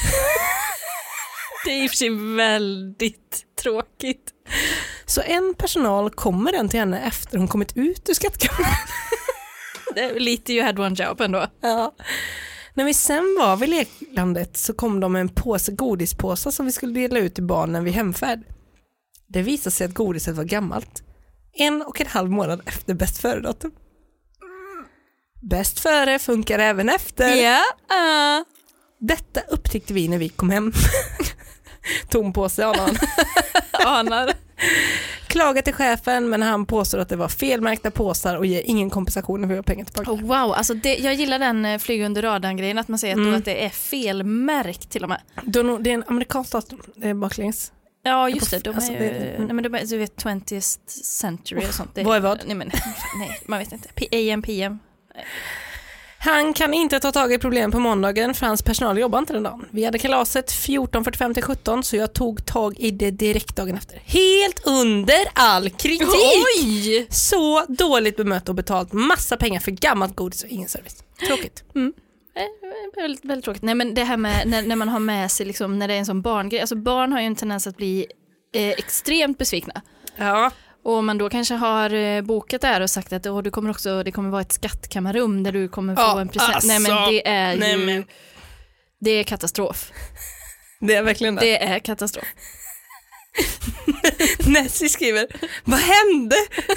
Det är i och för sig väldigt tråkigt. Så en personal kommer den till henne efter hon kommit ut ur skattkammaren. Det är lite you had one job ändå. Ja. När vi sen var vid leklandet så kom de med en påse godispåsar som vi skulle dela ut till barnen vid hemfärd. Det visade sig att godiset var gammalt. 1,5 månad efter bäst före-datum. Bäst före funkar även efter. Ja. Detta upptäckte vi när vi kom hem. Tom påse, anar. Klagat till chefen, men han påstår att det var felmärkta påsar och ger ingen kompensation för pengar tillbaka. Oh, wow, alltså jag gillar den flyg under radarn-grejen, att man säger att det är felmärkt till och med. Det är en amerikansk datum, det är baklänges. Ja, just det. De är du vet 20th century och sånt. Vad är vad? Nej, man vet inte. AM, PM. Nej. Han kan inte ta tag i problem på måndagen för hans personal jobbar inte den dagen. Vi hade kalaset 14:45 till 17 så jag tog tag i det direkt dagen efter. Helt under all kritik! Oj! Så dåligt bemött och betalt massa pengar för gammalt godis och ingen service. Tråkigt. Väldigt, väldigt tråkigt. Nej, men det här med när man har med sig liksom, när det är en sån barngrej. Alltså barn har ju en tendens att bli extremt besvikna. Ja. Och om man då kanske har bokat där och sagt att det kommer vara ett skattkammarrum där du kommer få en present. Alltså, nej, men det är det är katastrof. Det är verkligen det. Det är katastrof. Nessie skriver, vad hände?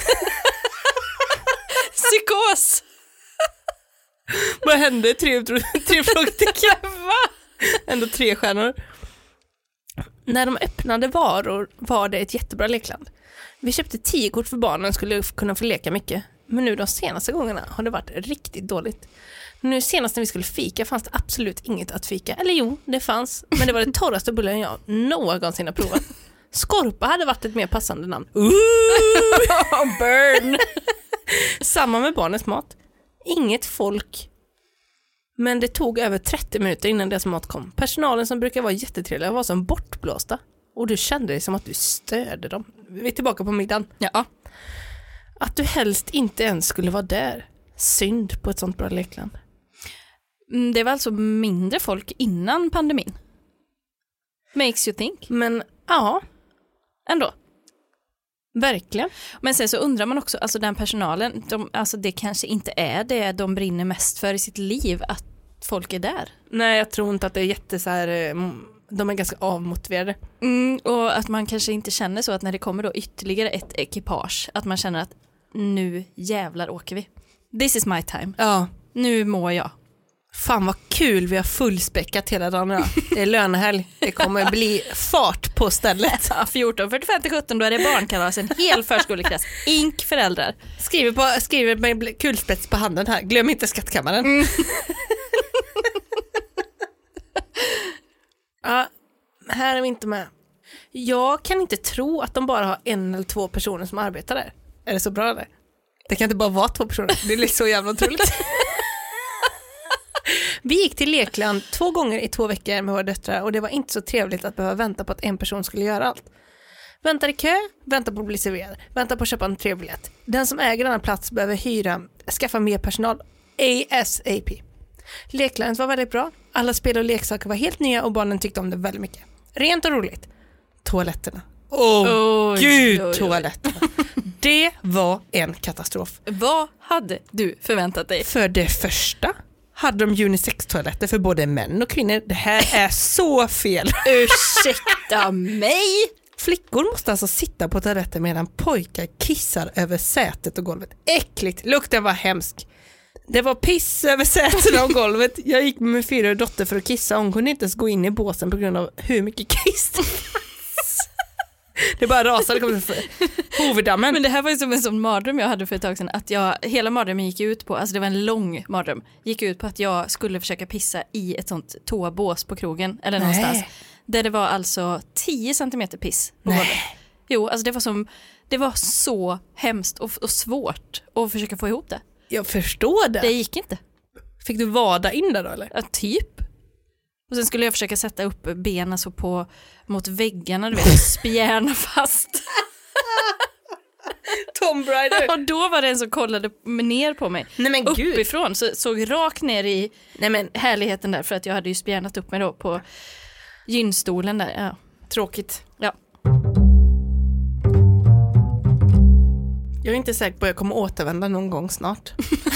Psykos! Vad hände? 3 frågetecken. Ändå 3 stjärnor. När de öppnade varor var det ett jättebra lekland. Vi köpte 10 kort för barnen skulle kunna få leka mycket. Men nu de senaste gångerna har det varit riktigt dåligt. Nu senast när vi skulle fika fanns det absolut inget att fika. Eller jo, det fanns. Men det var det torraste bullen jag någonsin har provat. Skorpa hade varit ett mer passande namn. Burn! Samma med barnets mat. Inget folk. Men det tog över 30 minuter innan deras mat kom. Personalen som brukar vara jättetrevliga var som bortblåsta. Och du kände dig som att du störde dem. Vi är tillbaka på middagen. Ja. Att du helst inte ens skulle vara där. Synd på ett sånt bra lekland. Det var alltså mindre folk innan pandemin. Makes you think. Men ja, ändå. Verkligen. Men sen så undrar man också, alltså den personalen, alltså det kanske inte är det de brinner mest för i sitt liv, att folk är där. Nej, jag tror inte att det är jätte så här, de är ganska avmotiverade. Och att man kanske inte känner så att när det kommer då ytterligare ett ekipage, att man känner att nu jävlar åker vi. This is my time. Ja. Nu mår jag. Fan vad kul, vi har fullspäckat hela dagen idag. Det är lönehelg. Det kommer bli fart på stället. 14:45 till 17, då är det barnkalas, en hel förskoleklass. Ink föräldrar. Skriver med kulspets på handen här. Glöm inte skattkammaren. Ja, här är vi inte med. Jag kan inte tro att de bara har 1 eller 2 personer som arbetar där. Är det så bra eller? Det kan inte bara vara 2 personer. Det är så jävla otroligt. Vi gick till Lekland 2 gånger i 2 veckor med våra döttrar och det var inte så trevligt att behöva vänta på att en person skulle göra allt. Vänta i kö, vänta på att bli serverad, vänta på att köpa en trevbiljett. Den som äger denna plats behöver skaffa mer personal ASAP. Leklandet var väldigt bra. Alla spel och leksaker var helt nya och barnen tyckte om det väldigt mycket. Rent och roligt. Toaletterna. Toaletterna. Det var en katastrof. Vad hade du förväntat dig? För det första hade de unisex-toaletter för både män och kvinnor. Det här är så fel. Ursäkta mig? Flickor måste alltså sitta på toaletten medan pojkar kissar över sätet och golvet. Äckligt, lukten var hemsk. Det var piss över sätet och golvet. Jag gick med min 4-åriga dotter för att kissa. Hon kunde inte ens gå in i båsen på grund av hur mycket kiss det fanns. Det bara rasade, kom för huvuddammen. Men det här var ju som en sån mardröm jag hade för ett tag sedan. Att hela mardrömmen gick ut på, alltså det var en lång mardröm, gick ut på att jag skulle försöka pissa i ett sånt toabås på krogen eller någonstans. Där det var alltså 10 centimeter piss på golvet. Jo, alltså det var så hemskt och svårt att försöka få ihop det. Jag förstår det. Det gick inte. Fick du vada in där då eller? Ja, typ. Och sen skulle jag försöka sätta upp benen så mot väggarna, du vet, spjärna fast. Tomb Raider. Och då var det en som kollade ner på mig. Nej, men uppifrån, så såg rakt ner i härligheten där, för att jag hade ju spjärnat upp mig då på gynstolen där. Ja. Tråkigt. Ja. Jag är inte säker på att jag kommer återvända någon gång snart.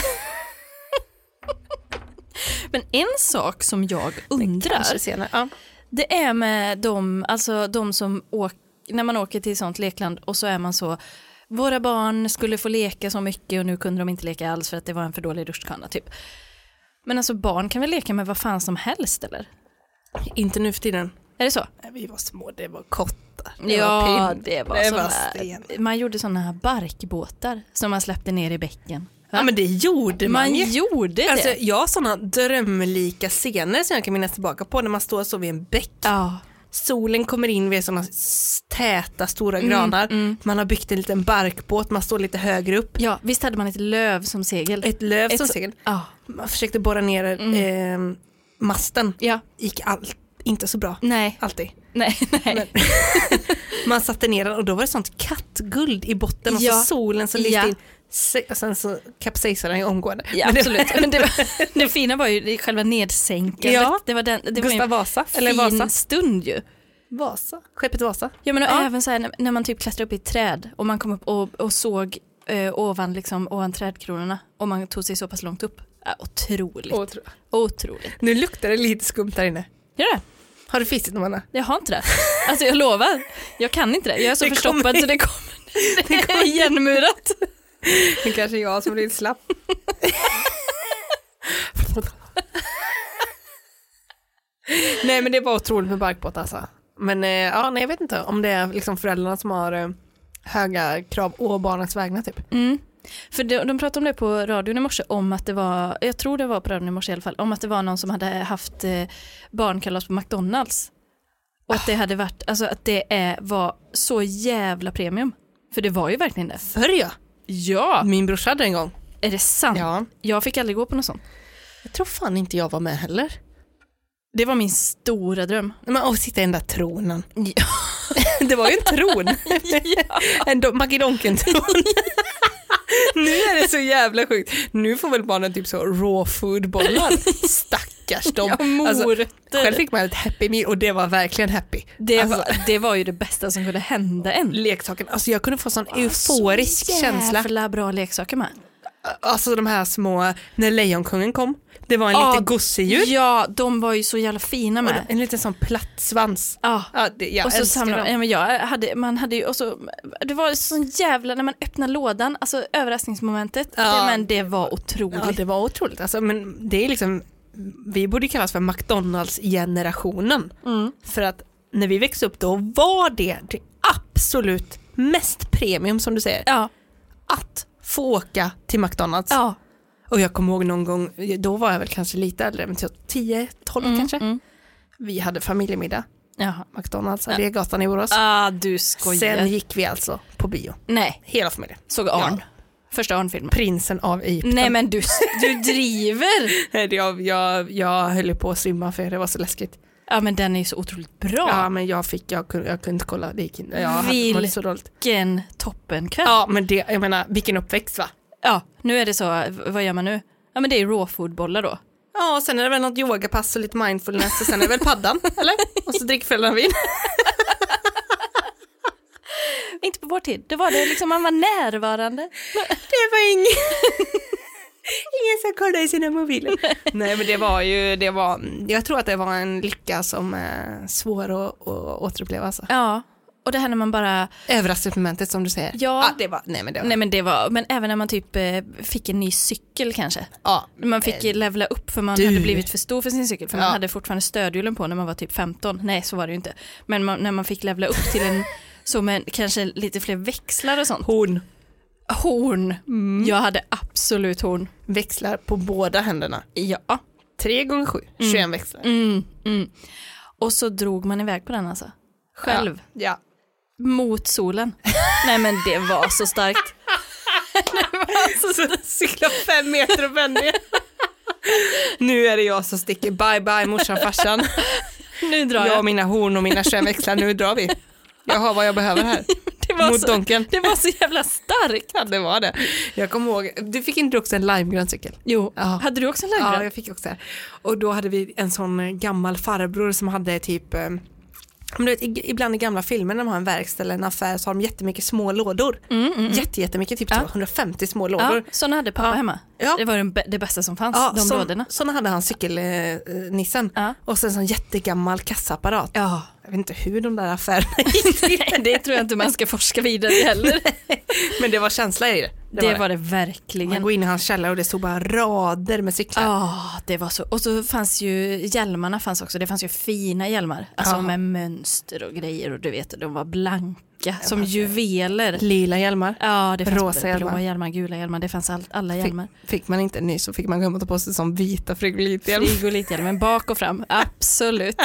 Men en sak som jag undrar, det är med de som när man åker till sånt lekland och så är man så, våra barn skulle få leka så mycket och nu kunde de inte leka alls för att det var en för dålig rutschkana typ. Men alltså barn kan väl leka med vad fan som helst eller? Inte nu för tiden. Är det så? Nej, vi var små, det var kottar. Det var sten. Man gjorde såna här barkbåtar som man släppte ner i bäcken. Va? Ja, men det gjorde man gjorde det. Alltså, jag har såna drömlika scener som jag kan minnas tillbaka på när man står så vid en bäck. Ja. Solen kommer in vid såna täta stora granar. Man har byggt en liten barkbåt, man står lite högre upp. Ja, visst hade man ett löv som segel. Ett löv som segel. Ja. Man försökte borra ner masten. Ja. Gick inte så bra. Nej. Alltid. Nej. Men, man satte ner den och då var det sånt kattguld i botten och så solen som lyste in. Och sen så kapsejsade den omgående. Ja, absolut. Men det fina var ju själva nedsänkandet. Ja, det var Gustav Vasa. Eller Vasa. Stund ju. Vasa. Skeppet Vasa. Ja, men även så här, när man typ klättrade upp i ett träd och man kom upp och såg ovan trädkronorna och man tog sig så pass långt upp. Otroligt. Nu luktar det lite skumt där inne. Gör det? Har du fissit någon annan? Jag har inte det. Alltså jag lovar. Jag kan inte det. Jag är så förstoppad så det kommer igenmurat. Det kanske är jag som blir slapp. Nej, men det var otroligt med barkbåt alltså. Men jag vet inte om det är liksom föräldrarna som har höga krav å barnens vägnar typ. För de pratade om det på radion i morse, om att det var, jag tror det var på radion i morse i alla fall, om att det var någon som hade haft barnkalas på McDonalds. Och att det hade varit, alltså att det var så jävla premium. För det var ju verkligen det. Förr ja. Min bror hade en gång. Är det sant? Ja. Jag fick aldrig gå på något sånt. Jag tror fan inte jag var med heller. Det var min stora dröm. Men att sitta i den där tronen. Ja. Det var ju en tron. Ja. En Magidonken-tron. Nu är det så jävla sjukt. Nu får väl barnen typ så raw food-bollar. Stackars dem. Ja, morötter. Alltså, själv fick man ett happy meal och det var verkligen happy. Det var ju det bästa som kunde hända en. Leksaken. Alltså jag kunde få sån euforisk känsla. Jävla bra leksaker med. Alltså de här små, när Lejonkungen kom. Det var en liten gosedjur. Ja, de var ju så jävla fina med. En liten sån platt svans. Och så det var så jävla, när man öppnar lådan, alltså överraskningsmomentet, men det var otroligt. Ja, det var otroligt. Alltså, men det är liksom vi borde kallas för McDonalds-generationen. För att när vi växte upp då var det absolut mest premium som du säger. Ja. Att få åka till McDonalds. Ja. Och jag kommer ihåg någon gång, då var jag väl kanske lite äldre, men 10-12 kanske. Vi hade familjemiddag. Jaha. McDonalds, Allégatan i Borås. Du skojar. Sen gick vi alltså på bio. Nej. Hela familjen. Såg Arn. Första Arn-filmen. Prinsen av Egypten. Nej men du driver. Jag höll på att svimma för det var så läskigt. Ja men den är ju så otroligt bra. Ja men jag kunde inte kolla. Det gick inte. Det var så dåligt. Vilken toppenkväll. Ja men det, jag menar, vilken uppväxt va? Ja, nu är det så. Vad gör man nu? Ja men det är rawfoodbollar då. Ja, och sen är det väl något yogapass och lite mindfulness och sen är det väl paddan, eller? Och så dricker föräldrarna vin. Inte på vår tid. Det var det liksom, man var närvarande. Det var ingen som kollade i sina mobiler. Nej men jag tror att det var en lycka som är svår att återuppleva alltså. Ja. Och det här när man bara... Överraskningsmomentet som du säger. Ja. Det var... Men även när man typ fick en ny cykel kanske. Ja. Man fick levla upp för man hade blivit för stor för sin cykel. För man hade fortfarande stödhjulen på när man var typ 15. Nej, så var det ju inte. Men när man fick levla upp till en... så med kanske lite fler växlar och sånt. Horn. Jag hade absolut horn. Växlar på båda händerna. Ja. 3x7. 21 växlar. Och så drog man iväg på den alltså. Själv. Ja. Mot solen. Nej men det var så starkt. Det var så cykla 5 meter och vänner. Nu är det jag som sticker. Bye bye morsan farsan. Nu drar jag. Och mina horn och mina 21 växlar. Nu drar vi. Jag har vad jag behöver här. Mot donken. Det var så jävla starkt. Ja, det var det. Jag kommer ihåg, du fick inte också en limegrön cykel? Jo, hade du också en limegrön? Ja, jag fick också det. Och då hade vi en sån gammal farbror som hade typ, du vet, ibland i gamla filmer när man har en verkstad eller en affär så har de jättemycket små lådor. Jättemycket, typ 150 små lådor. Ja, såna hade pappa hemma. Ja. Det var det bästa som fanns, de lådorna. Såna hade han cykelnissen. Och sen sån jättegammal kassaapparat. Ja. Jag vet inte hur de där affärerna gick. Det tror jag inte man ska forska vidare heller. Men det var känsla i det. Det var det verkligen. Man går in i hans källare och det stod bara rader med cyklar. Ja, det var så. Och så fanns ju hjälmarna fanns också. Det fanns ju fina hjälmar. Alltså med mönster och grejer. Och du vet, de var blanka som juveler. Lila hjälmar. Ja, det fanns rosa blåa hjälmar, gula hjälmar. Det fanns alla hjälmar. Fick man inte ny så fick man gå på sig som vita frigolithjälm. Frigolithjälmen bak och fram. Absolut.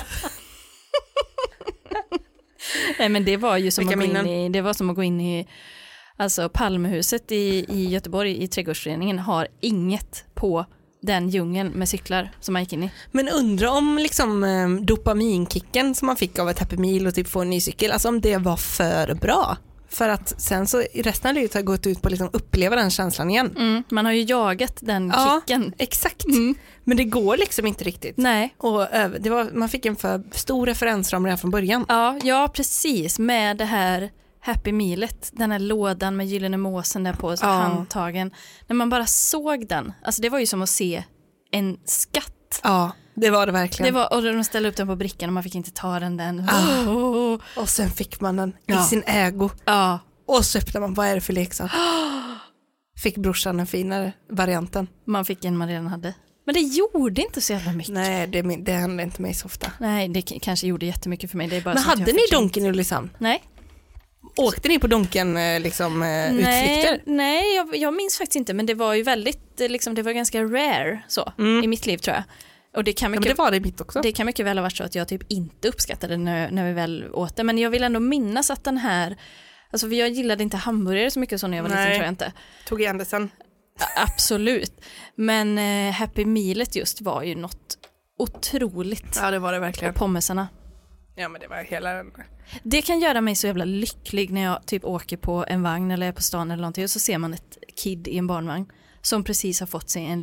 Nej men det var ju som att gå in i alltså Palmehuset i Göteborg i trädgårdsföreningen har inget på den djungeln med cyklar som man gick in i. Men undra om liksom dopaminkicken som man fick av ett Happy Meal och typ få en ny cykel, alltså om det var för bra. För att sen så i resten av livet har gått ut på att liksom uppleva den känslan igen. Man har ju jagat den kicken. Exakt. Men det går liksom inte riktigt. Nej. Och man fick en för stor referensram redan från början. Ja, precis. Med det här Happy Mealet. Den här lådan med gyllene måsen där på handtagen. När man bara såg den. Alltså det var ju som att se en skatt. Ja, det var det verkligen. Och de ställde upp den på brickan och man fick inte ta den. Och sen fick man den i sin ägo. Ja. Och så öppnade man, vad är det för leksak? Fick brorsan den finare varianten. Man fick en man redan hade. Men det gjorde inte så jävla mycket. Nej, det hände inte mig så ofta. Nej, det kanske gjorde jättemycket för mig. Det är bara. Men hade ni Donken i Ulricehamn? Nej. Åkte ni på Donken utflykter? Nej, jag minns faktiskt inte. Men det var ju väldigt, liksom, det var ganska rare så i mitt liv tror jag. Och det men det var det i mitt också. Det kan mycket väl ha varit så att jag typ inte uppskattade när vi väl åt det. Men jag vill ändå minnas att den här, alltså jag gillade inte hamburgare så mycket så när jag var liten tror jag inte. Tog igen det sen. Absolut. Men Happy Mealet just var ju något otroligt. Ja, det var det verkligen. Och pommesarna. Ja, men det var hela... Det kan göra mig så jävla lycklig när jag typ åker på en vagn eller är på stan eller någonting och så ser man ett kid i en barnvagn som precis har fått sig en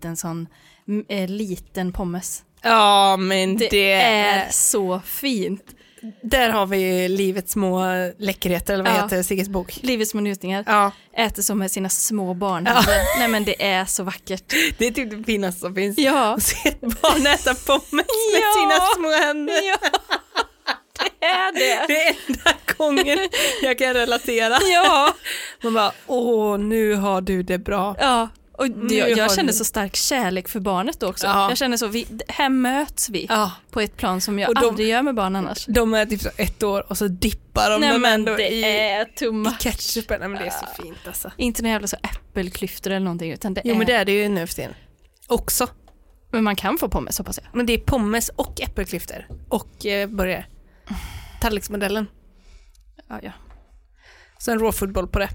liten pommes. Ja, men det är så fint. Där har vi livets små läckerheter, eller vad heter Sigges bok? Livets små njutningar. Ja. Äter som med sina små barn. Ja. Nej men det är så vackert. Det är typ det finaste som finns. Ja. Att se ett barn äta pommes med sina små händer. Ja. Det är det. Det är enda gången jag kan relatera. Ja. Man bara, nu har du det bra. Ja. Och jag kände så stark kärlek för barnet då också. Ja. Jag kände så, här möts vi på ett plan som jag aldrig gör med barn annars. De är typ så 1 år och så dippar de dem ändå i ketchupen. Nej, men det är så fint alltså. Inte några jävla så äppelklyftor eller någonting, utan men det är det ju nu för tiden. Också. Men man kan få pommes, hoppas jag. Men det är pommes och äppelklyftor och burgare. Tallriksmodellen. Ja. Så en råfotboll på det.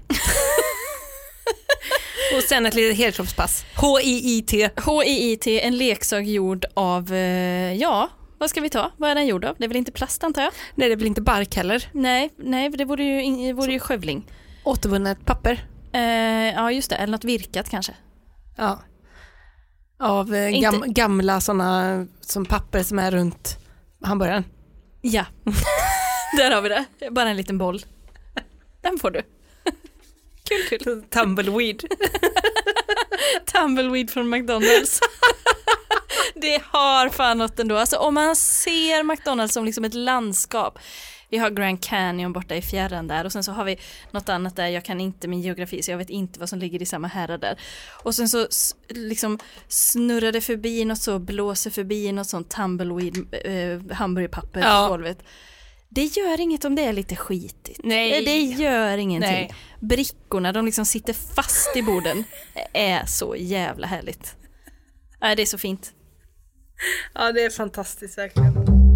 Och sen ett litet helkroppspass. HIIT, en leksak gjord av, vad ska vi ta? Vad är den gjord av? Det är väl inte plast, antar jag? Nej, det är väl inte bark heller. Nej, det vore ju skövling. Återvunnet papper. Ja, just det. Eller något virkat kanske. Ja. Av gamla sådana som papper som är runt hamburgaren. Ja, där har vi det. Bara en liten boll. Den får du. Kul. Tumbleweed. Tumbleweed från McDonald's. Det har fan något ändå. Alltså om man ser McDonald's som liksom ett landskap. Vi har Grand Canyon borta i fjärran där. Och sen så har vi något annat där. Jag kan inte min geografi, så jag vet inte vad som ligger i samma härad där. Och sen så liksom snurrar det förbi något så, blåser förbi något sånt tumbleweed hamburgerpapper på golvet. Det gör inget om det är lite skitigt. Nej. Det gör ingenting. Nej. Brickorna, de liksom sitter fast i borden. Är så jävla härligt. Nej, det är så fint. Ja, det är fantastiskt verkligen.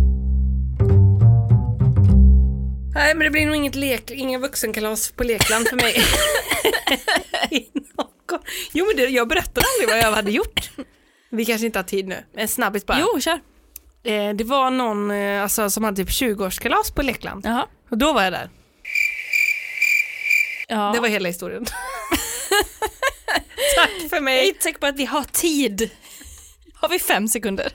Nej, men det blir nog ingen vuxenkalas på lekland för mig. Jo, men jag berättade aldrig vad jag hade gjort. Vi kanske inte har tid nu. En snabbis bara. Jo, kör. Det var någon som hade typ 20-årskalas på lekland. Jaha. Och då var jag där. Ja. Det var hela historien. Tack för mig. Jag är inte säker på att vi har tid. Har vi 5 sekunder?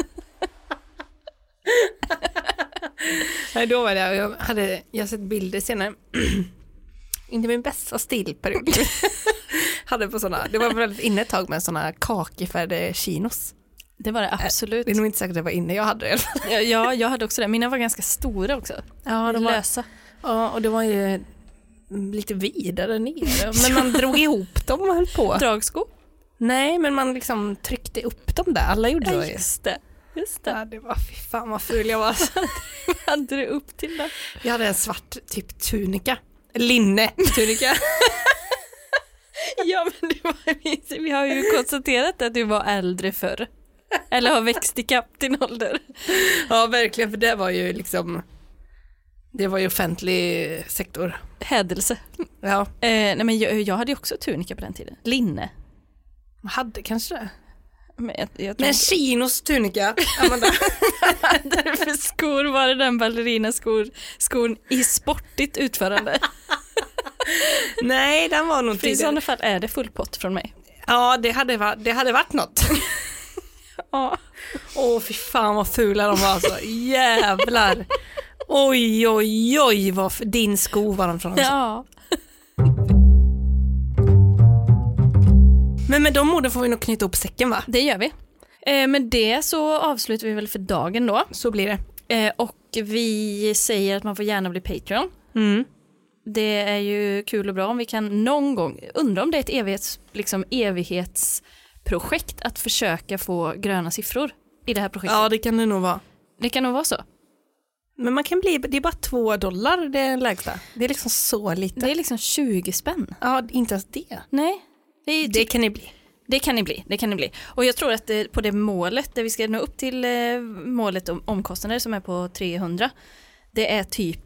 Nej, då var det. Jag har sett bilder senare. Inte min bästa stilperiod. Hade på såna. Det var väldigt inne ett tag med såna kakifärgade chinos. Det var det absolut. Det är nog inte säkert att det var inne. Jag hade det. Ja, jag hade också det. Mina var ganska stora också. Ja, de var lösa. Ja, och det var ju lite vidare nere. Men man drog ihop dem och höll på. Dragsko? Nej, men man liksom tryckte upp dem där. Alla gjorde det. Just det. Ja, det var fy fan vad ful jag var. Hade du upp till det? Jag hade en svart typ tunika. Linne-tunika. Ja, men vi har ju konstaterat att du var äldre förr. Eller har växt i kapp din ålder. Ja, verkligen, för det var ju liksom, det var ju offentlig sektor. Hädelse. Ja. Nej, men jag hade ju också tunika på den tiden. Linne. Hade kanske det. Men chinos tunika, Amanda. Därför skor var det den ballerinaskon i sportigt utförande. Nej, den var nog tidigare. I sådana fall är det full pott från mig. Ja, det hade varit något. Ja. Fy fan vad fula de var så. Jävlar. Oj, vad din sko var de från. Ja. Men med de orden får vi nog knyta upp säcken, va? Det gör vi. Med det så avslutar vi väl för dagen då. Så blir det. Och vi säger att man får gärna bli Patreon. Mm. Det är ju kul och bra om vi kan någon gång, undra om det är ett evighetsprojekt att försöka få gröna siffror i det här projektet. Ja, det kan det nog vara. Det kan nog vara så. Men man kan det är bara $2 det är lägsta. Det är liksom så lite. Det är liksom 20 spänn. Ja, inte ens det. Nej. Det kan ni bli. Det kan ni bli. Och jag tror att på det målet, där vi ska nå upp till målet om omkostnader som är på 300, det är typ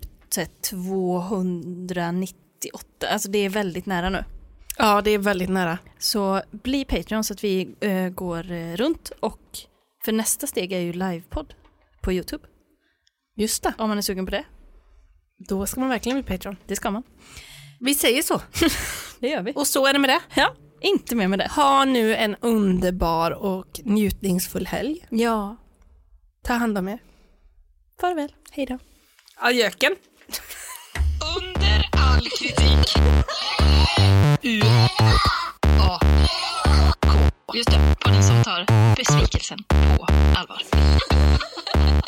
298. Alltså det är väldigt nära nu. Ja, det är väldigt nära. Så bli Patreon så att vi går runt, och för nästa steg är ju livepodd på YouTube. Just det. Om man är sugen på det. Då ska man verkligen bli Patreon. Det ska man. Vi säger så. Det gör vi. Och så är det med det. Ja, inte mer med det. Ha nu en underbar och njutningsfull helg. Ja. Ta hand om er. Farväl. Hej då. Adjöken. Under all kritik. UAK. Just det, podden som tar besvikelsen på allvar.